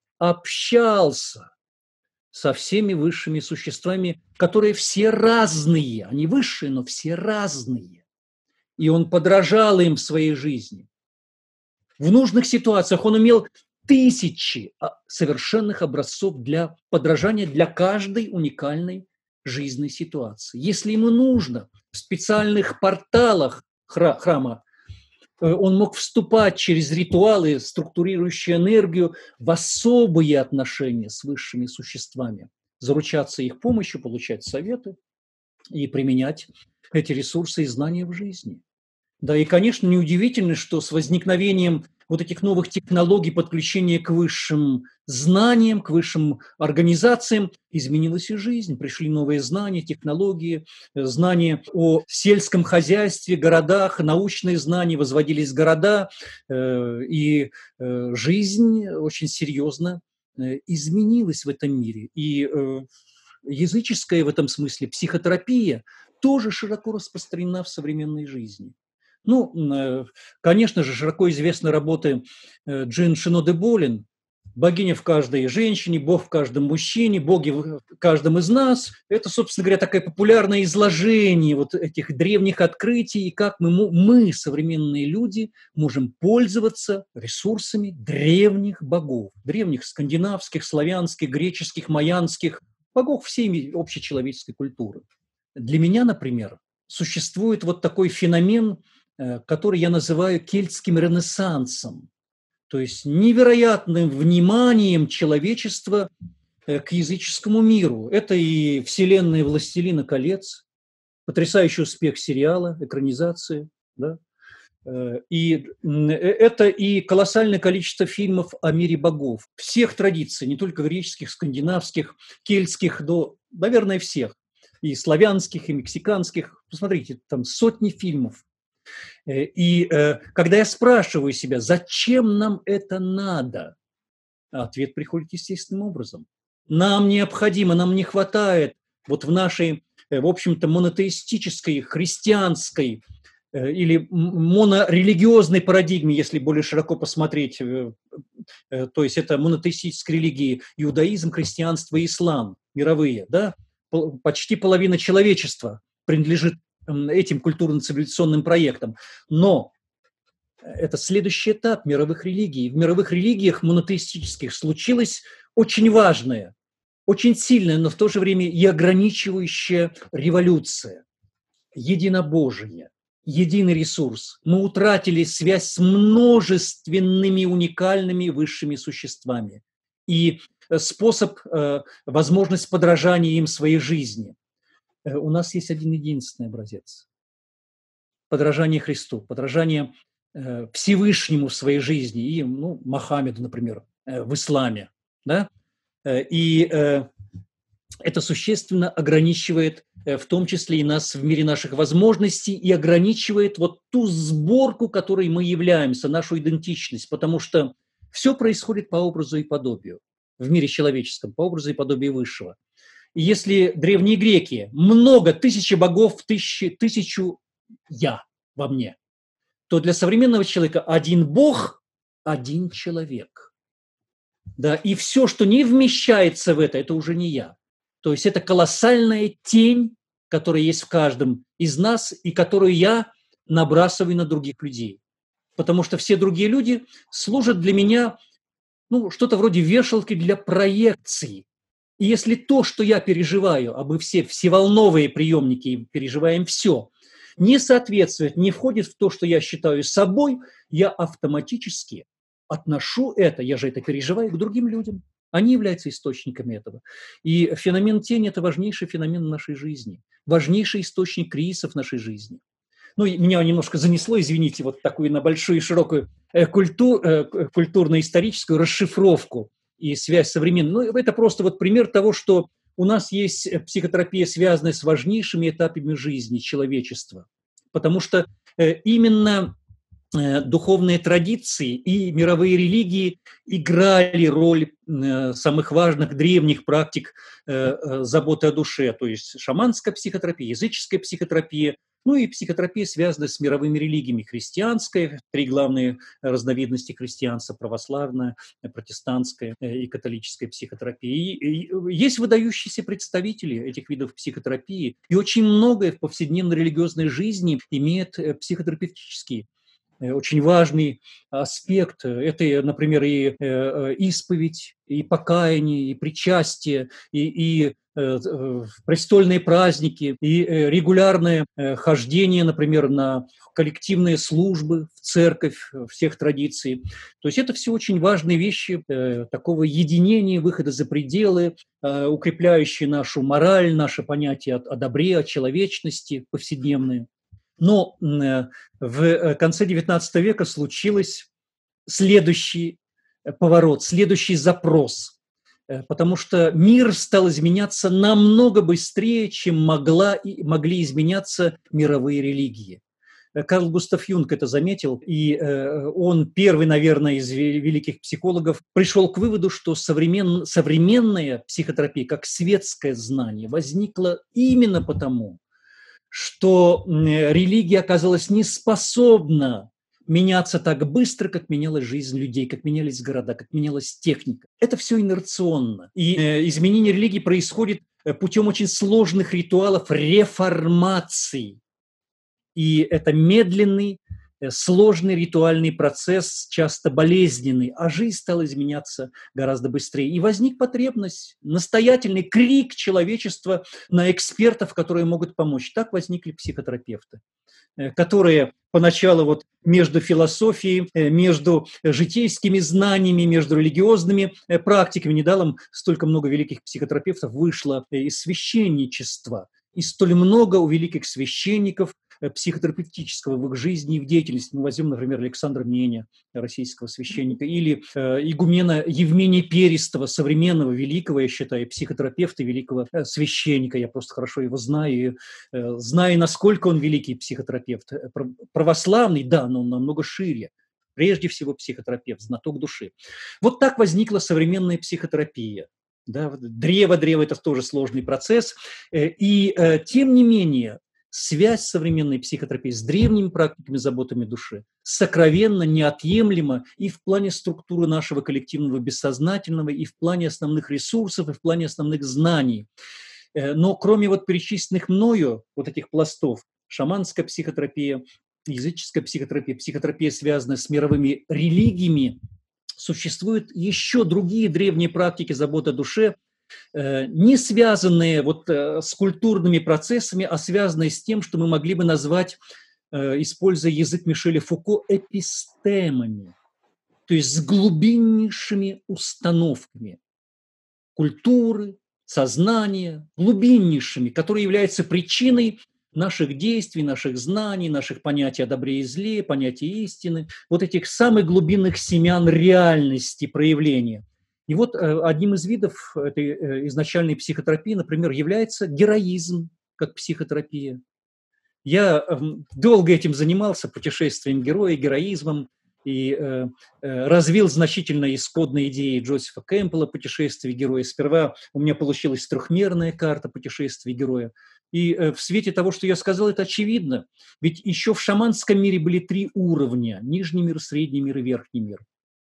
общался со всеми высшими существами, которые все разные. Они высшие, но все разные. И он подражал им в своей жизни. В нужных ситуациях он имел тысячи совершенных образцов для подражания для каждой уникальной жизненной ситуации. Если ему нужно в специальных порталах храма, он мог вступать через ритуалы, структурирующие энергию, в особые отношения с высшими существами, заручаться их помощью, получать советы и применять эти ресурсы и знания в жизни. Да, и, конечно, неудивительно, что с возникновением вот этих новых технологий подключения к высшим знаниям, к высшим организациям изменилась и жизнь. Пришли новые знания, технологии, знания о сельском хозяйстве, городах, научные знания, возводились города, и жизнь очень серьезно изменилась в этом мире. И языческая в этом смысле психотерапия тоже широко распространена в современной жизни. Ну, конечно же, широко известны работы Джин Шино де Болин «Богиня в каждой женщине», «Бог в каждом мужчине», «Боги в каждом из нас». Это, собственно говоря, такое популярное изложение вот этих древних открытий и как мы, современные люди, можем пользоваться ресурсами древних богов, древних скандинавских, славянских, греческих, майянских, богов всей общечеловеческой культуры. Для меня, например, существует вот такой феномен, который я называю кельтским ренессансом, то есть невероятным вниманием человечества к языческому миру. Это и вселенная «Властелина колец», потрясающий успех сериала, экранизации, да? И это и колоссальное количество фильмов о мире богов, всех традиций, не только греческих, скандинавских, кельтских, но, наверное, всех, и славянских, и мексиканских. Посмотрите, там сотни фильмов. И когда я спрашиваю себя, зачем нам это надо, ответ приходит естественным образом. Нам необходимо, нам не хватает вот в нашей, в общем-то, монотеистической, христианской или монорелигиозной парадигме, если более широко посмотреть, то есть это монотеистические религии, иудаизм, христианство и ислам, мировые, да, почти половина человечества принадлежит этим культурно-цивилизационным проектам. Но это следующий этап мировых религий. В мировых религиях монотеистических случилось очень важное, очень сильная, но в то же время и ограничивающая революция. Единобожие, единый ресурс. Мы утратили связь с множественными уникальными высшими существами. И способ, возможность подражания им в своей жизни. У нас есть один единственный образец. подражание Христу, подражание Всевышнему в своей жизни и, Мохаммеду, например, в исламе, да, и это существенно ограничивает в том числе и нас в мире наших возможностей и ограничивает вот ту сборку, которой мы являемся, нашу идентичность, потому что все происходит по образу и подобию в мире человеческом, по образу и подобию Высшего. И если древние греки, много, тысячи богов, тысячу я во мне, то для современного человека один бог, один человек. Да, и все, что не вмещается в это уже не я. То есть это колоссальная тень, которая есть в каждом из нас и которую я набрасываю на других людей. Потому что все другие люди служат для меня, что-то вроде вешалки для проекции. И если то, что я переживаю, а мы все волновые приемники переживаем все, не соответствует, не входит в то, что я считаю собой, я автоматически отношу это, я же это переживаю, к другим людям. Они являются источниками этого. И феномен тени – это важнейший феномен нашей жизни, важнейший источник кризисов нашей жизни. Меня немножко занесло, извините, вот такую на большую и широкую культурно-историческую расшифровку и связь современной. Это просто вот пример того, что у нас есть психотерапия, связанная с важнейшими этапами жизни человечества. Потому что именно духовные традиции и мировые религии играли роль самых важных древних практик заботы о душе, то есть шаманская психотерапия, языческая психотерапия, и психотерапия, связанная с мировыми религиями: христианская, 3 главные разновидности христианства: православная, протестантская и католическая психотерапия. И есть выдающиеся представители этих видов психотерапии, и очень многое в повседневной религиозной жизни имеет психотерапевтический очень важный аспект. Это, например, и исповедь, и покаяние, и причастие, и престольные праздники, и регулярное хождение, например, на коллективные службы в церковь всех традиций. То есть это все очень важные вещи такого единения, выхода за пределы, укрепляющие нашу мораль, наше понятие о добре, о человечности повседневные. Но в конце XIX века случился следующий поворот, следующий запрос, потому что мир стал изменяться намного быстрее, чем могли изменяться мировые религии. Карл Густав Юнг это заметил, и он первый, наверное, из великих психологов пришел к выводу, что современная психотерапия, как светское знание, возникла именно потому, что религия оказалась не способна меняться так быстро, как менялась жизнь людей, как менялись города, как менялась техника. Это все инерционно. И изменение религии происходит путем очень сложных ритуалов реформации. И это медленный, сложный ритуальный процесс, часто болезненный, а жизнь стала изменяться гораздо быстрее. И возник потребность, настоятельный крик человечества на экспертов, которые могут помочь. Так возникли психотерапевты, которые поначалу вот между философией, между житейскими знаниями, между религиозными практиками, недаром столько много великих психотерапевтов вышло из священничества, и столь много у великих священников психотерапевтического в их жизни и в деятельности. Мы возьмем, например, Александра Меня, российского священника, или игумена Евмения Перестова, современного великого, я считаю, психотерапевта, великого священника. Я просто хорошо его знаю, знаю, насколько он великий психотерапевт. Православный, да, но он намного шире. Прежде всего психотерапевт, знаток души. Вот так возникла современная психотерапия. Да, древо – это тоже сложный процесс. И тем не менее, связь современной психотерапии с древними практиками заботами души сокровенно, неотъемлема и в плане структуры нашего коллективного бессознательного, и в плане основных ресурсов, и в плане основных знаний. Но кроме вот перечисленных мною вот этих пластов, шаманская психотерапия, языческая психотерапия, психотерапия, связанная с мировыми религиями, существуют еще другие древние практики заботы о душе, не связанные вот с культурными процессами, а связанные с тем, что мы могли бы назвать, используя язык Мишеля Фуко, эпистемами, то есть с глубиннейшими установками культуры, сознания, глубиннейшими, которые являются причиной наших действий, наших знаний, наших понятий о добре и зле, понятий истины, вот этих самых глубинных семян реальности проявления. И вот одним из видов этой изначальной психотерапии, например, является героизм как психотерапия. Я долго этим занимался, путешествием героя, героизмом, и развил значительно исходные идеи Джозефа Кэмпбелла «Путешествие героя». Сперва у меня получилась трехмерная карта путешествия героя. И в свете того, что я сказал, это очевидно. Ведь еще в шаманском мире были 3 уровня – нижний мир, средний мир и верхний мир.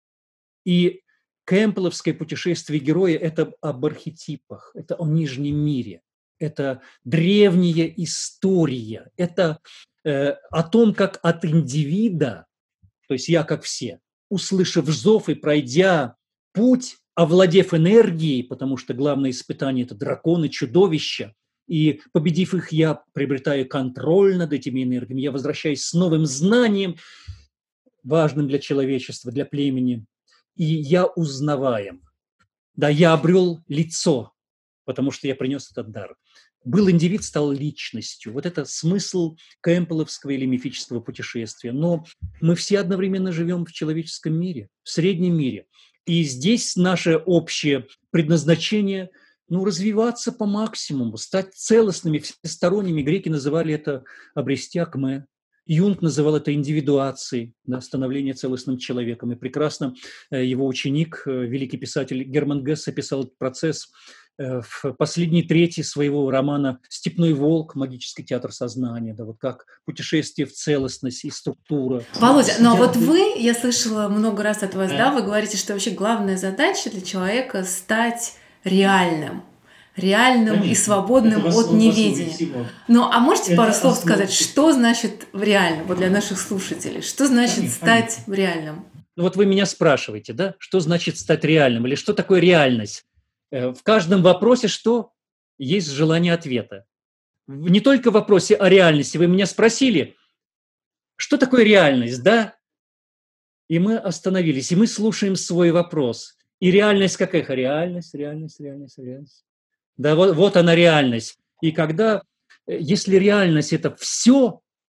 И кэмпбелловское «Путешествие героя» – это об архетипах, это о нижнем мире. Это древняя история, это о том, как от индивида, то есть я как все, услышав зов и пройдя путь, овладев энергией, потому что главное испытание – это драконы, чудовища, и победив их, я приобретаю контроль над этими энергиями, я возвращаюсь с новым знанием, важным для человечества, для племени, и я узнаваем. Да, я обрел лицо, потому что я принес этот дар. Был индивид, стал личностью. Вот это смысл кэмпбелловского или мифического путешествия. Но мы все одновременно живем в человеческом мире, в среднем мире. И здесь наше общее предназначение развиваться по максимуму, стать целостными, всесторонними. Греки называли это обрести акме. Юнг называл это индивидуацией, да, становление целостным человеком. И прекрасно его ученик, великий писатель Герман Гессе, описал этот процесс в последней трети своего романа «Степной волк. Магический театр сознания». Да, вот как путешествие в целостность и структура. Володя, но вот вы, я слышала много раз от вас, да, вы говорите, что вообще главная задача для человека стать реальным и свободным от неведения. Ну, а можете пару слов сказать, что значит реально, вот для наших слушателей, что значит стать реальным? Ну вот вы меня спрашиваете, да, что значит стать реальным, или что такое реальность? В каждом вопросе что? Есть желание ответа. Не только в вопросе о реальности. Вы меня спросили, что такое реальность, да? И мы остановились, и мы слушаем свой вопрос. И реальность какая? Реальность. Да, вот она реальность. И если реальность – это все,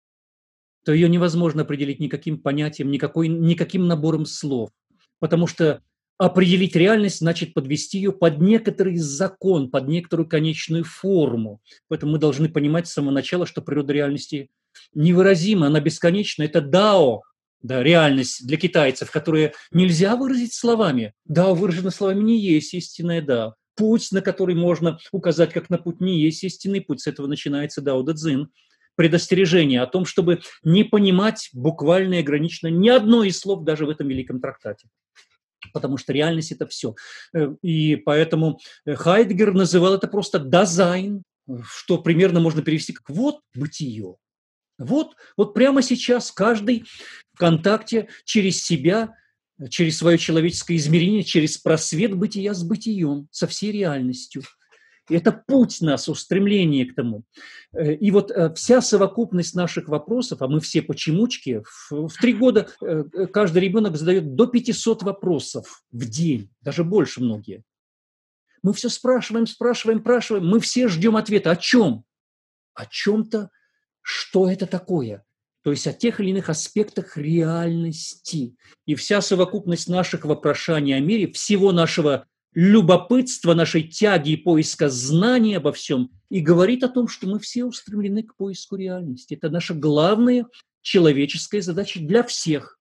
то ее невозможно определить никаким понятием, никаким набором слов. Потому что определить реальность значит подвести ее под некоторый закон, под некоторую конечную форму. Поэтому мы должны понимать с самого начала, что природа реальности невыразима, она бесконечна. Это дао, да, реальность для китайцев, которую нельзя выразить словами. Дао выражено словами не есть истинное дао. Путь, на который можно указать как на путь, не есть истинный путь. С этого начинается дао дэ цзин. Предостережение о том, чтобы не понимать буквально и ограниченно ни одно из слов даже в этом великом трактате. Потому что реальность – это все. И поэтому Хайдеггер называл это просто «дазайн», что примерно можно перевести как «вот бытие». Вот прямо сейчас каждый в контакте через себя, через свое человеческое измерение, через просвет бытия с бытием, со всей реальностью. И это путь нас, устремление к тому. И вот вся совокупность наших вопросов, а мы все почемучки, в 3 года каждый ребенок задает до 500 вопросов в день, даже больше многие. Мы все спрашиваем, мы все ждем ответа. О чем? О чем-то, что это такое. То есть о тех или иных аспектах реальности. И вся совокупность наших вопрошаний о мире, всего нашего любопытства, нашей тяги и поиска знаний обо всем, и говорит о том, что мы все устремлены к поиску реальности. Это наша главная человеческая задача для всех.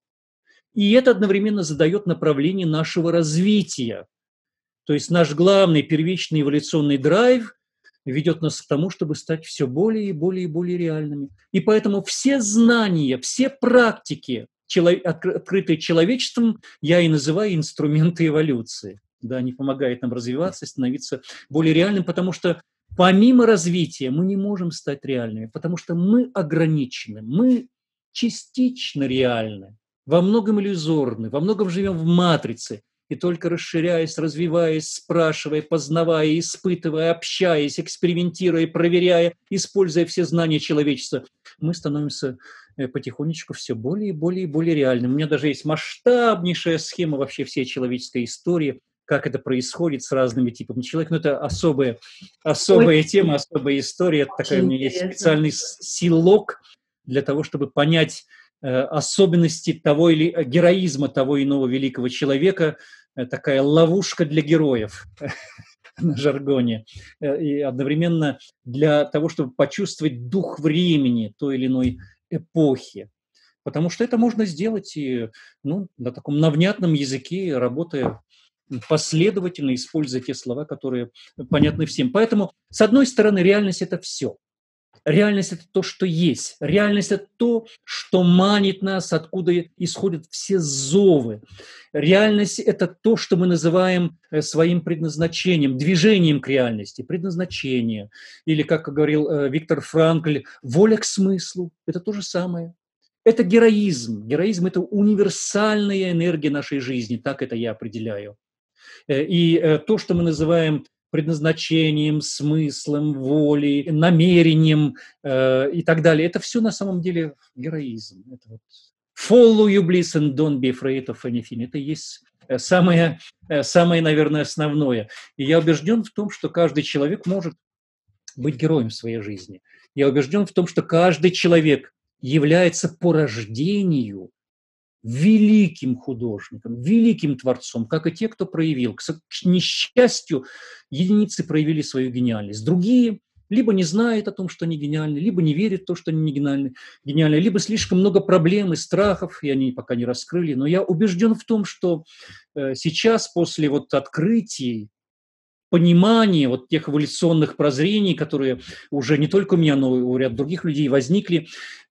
И это одновременно задает направление нашего развития. То есть наш главный первичный эволюционный драйв ведет нас к тому, чтобы стать все более и более и более реальными. И поэтому все знания, все практики, открытые человечеством, я и называю инструменты эволюции. Да, они помогают нам развиваться, становиться более реальным, потому что помимо развития мы не можем стать реальными, потому что мы ограничены, мы частично реальны, во многом иллюзорны, во многом живем в матрице. И только расширяясь, развиваясь, спрашивая, познавая, испытывая, общаясь, экспериментируя, проверяя, используя все знания человечества, мы становимся потихонечку все более и более и более реальным. У меня даже есть масштабнейшая схема вообще всей человеческой истории, как это происходит с разными типами человека. Но это особая тема, особая история. Это такая у меня есть специальный силок для того, чтобы понять особенности того или героизма того иного великого человека. Такая ловушка для героев на жаргоне. И одновременно для того, чтобы почувствовать дух времени той или иной эпохи. Потому что это можно сделать и на таком внятном языке, работая последовательно, используя те слова, которые понятны всем. Поэтому, с одной стороны, реальность – это все. Реальность – это то, что есть. Реальность – это то, что манит нас, откуда исходят все зовы. Реальность – это то, что мы называем своим предназначением, движением к реальности, предназначение. Или, как говорил Виктор Франкль, воля к смыслу – это то же самое. Это героизм. Героизм – это универсальная энергия нашей жизни, так это я определяю. И то, что мы называем предназначением, смыслом, волей, намерением и так далее, это все на самом деле героизм. Это вот follow your bliss and don't be afraid of anything. Это и есть самое, наверное, основное. И я убежден в том, что каждый человек может быть героем в своей жизни. Я убежден в том, что каждый человек является по рождению великим художником, великим творцом, как и те, кто проявил. К несчастью, единицы проявили свою гениальность. Другие либо не знают о том, что они гениальны, либо не верят в то, что они не гениальны, либо слишком много проблем и страхов, и они пока не раскрыли. Но я убежден в том, что сейчас, после открытий, понимания тех эволюционных прозрений, которые уже не только у меня, но и у ряда других людей возникли,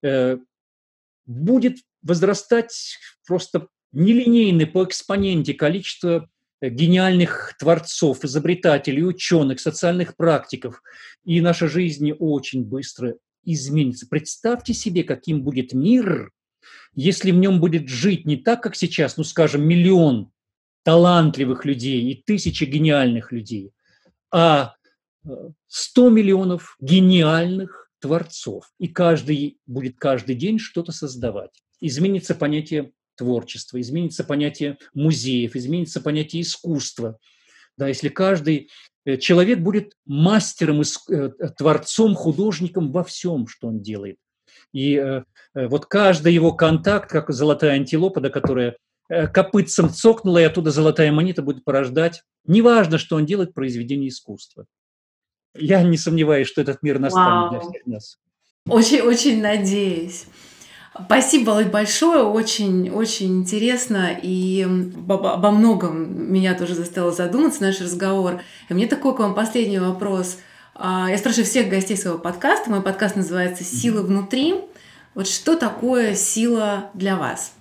будет возрастать просто нелинейно по экспоненте количество гениальных творцов, изобретателей, ученых, социальных практиков. И наша жизнь очень быстро изменится. Представьте себе, каким будет мир, если в нем будет жить не так, как сейчас, скажем, 1 миллион талантливых людей и 1000 гениальных людей, а 100 миллионов гениальных творцов. И каждый будет каждый день что-то создавать. Изменится понятие творчества, изменится понятие музеев, изменится понятие искусства. Да, если каждый человек будет мастером, творцом, художником во всем, что он делает. И каждый его контакт, как золотая антилопа, которая копытцем цокнула, и оттуда золотая монета будет порождать. Неважно, что он делает, произведение искусства. Я не сомневаюсь, что этот мир настанет для всех нас. Очень надеюсь. Спасибо, Володь, большое. Очень интересно. И обо многом меня тоже заставило задуматься наш разговор. И мне такой к вам последний вопрос. Я спрашиваю всех гостей своего подкаста. Мой подкаст называется «Сила внутри». Что такое сила для вас?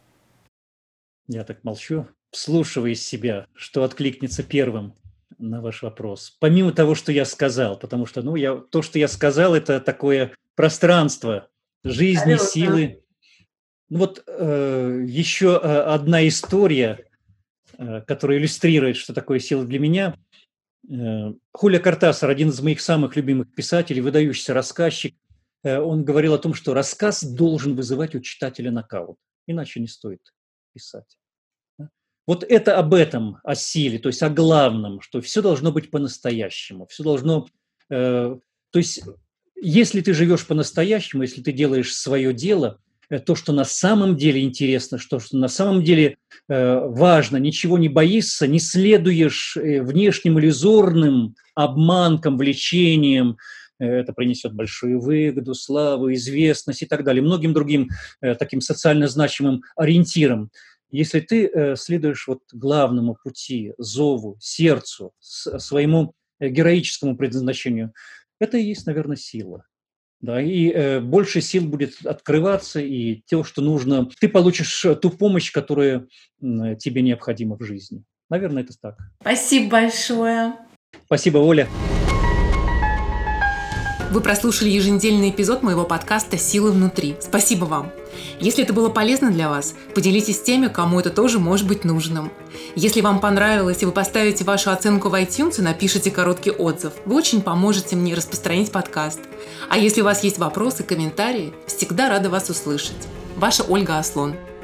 Я так молчу, вслушиваясь в себя, что откликнется первым на ваш вопрос. Помимо того, что я сказал, потому что то, что я сказал, это такое пространство жизни, силы. Еще одна история, которая иллюстрирует, что такое сила для меня. Хулио Кортасар, один из моих самых любимых писателей, выдающийся рассказчик, он говорил о том, что рассказ должен вызывать у читателя нокаут, иначе не стоит писать. Это об этом, о силе, то есть о главном, что все должно быть по-настоящему, все должно… то есть если ты живешь по-настоящему, если ты делаешь свое дело, то, что на самом деле интересно, что на самом деле важно, ничего не боишься, не следуешь внешним иллюзорным обманкам, влечениям, это принесет большую выгоду, славу, известность и так далее, многим другим таким социально значимым ориентирам. Если ты следуешь главному пути, зову, сердцу, своему героическому предназначению, это и есть, наверное, сила. Да, и больше сил будет открываться, и то, что нужно, ты получишь ту помощь, которая тебе необходима в жизни. Наверное, это так. Спасибо большое. Спасибо, Оля. Вы прослушали еженедельный эпизод моего подкаста «Сила внутри». Спасибо вам. Если это было полезно для вас, поделитесь с теми, кому это тоже может быть нужным. Если вам понравилось и вы поставите вашу оценку в iTunes и напишите короткий отзыв, вы очень поможете мне распространить подкаст. А если у вас есть вопросы, комментарии, всегда рада вас услышать. Ваша Ольга Аслон.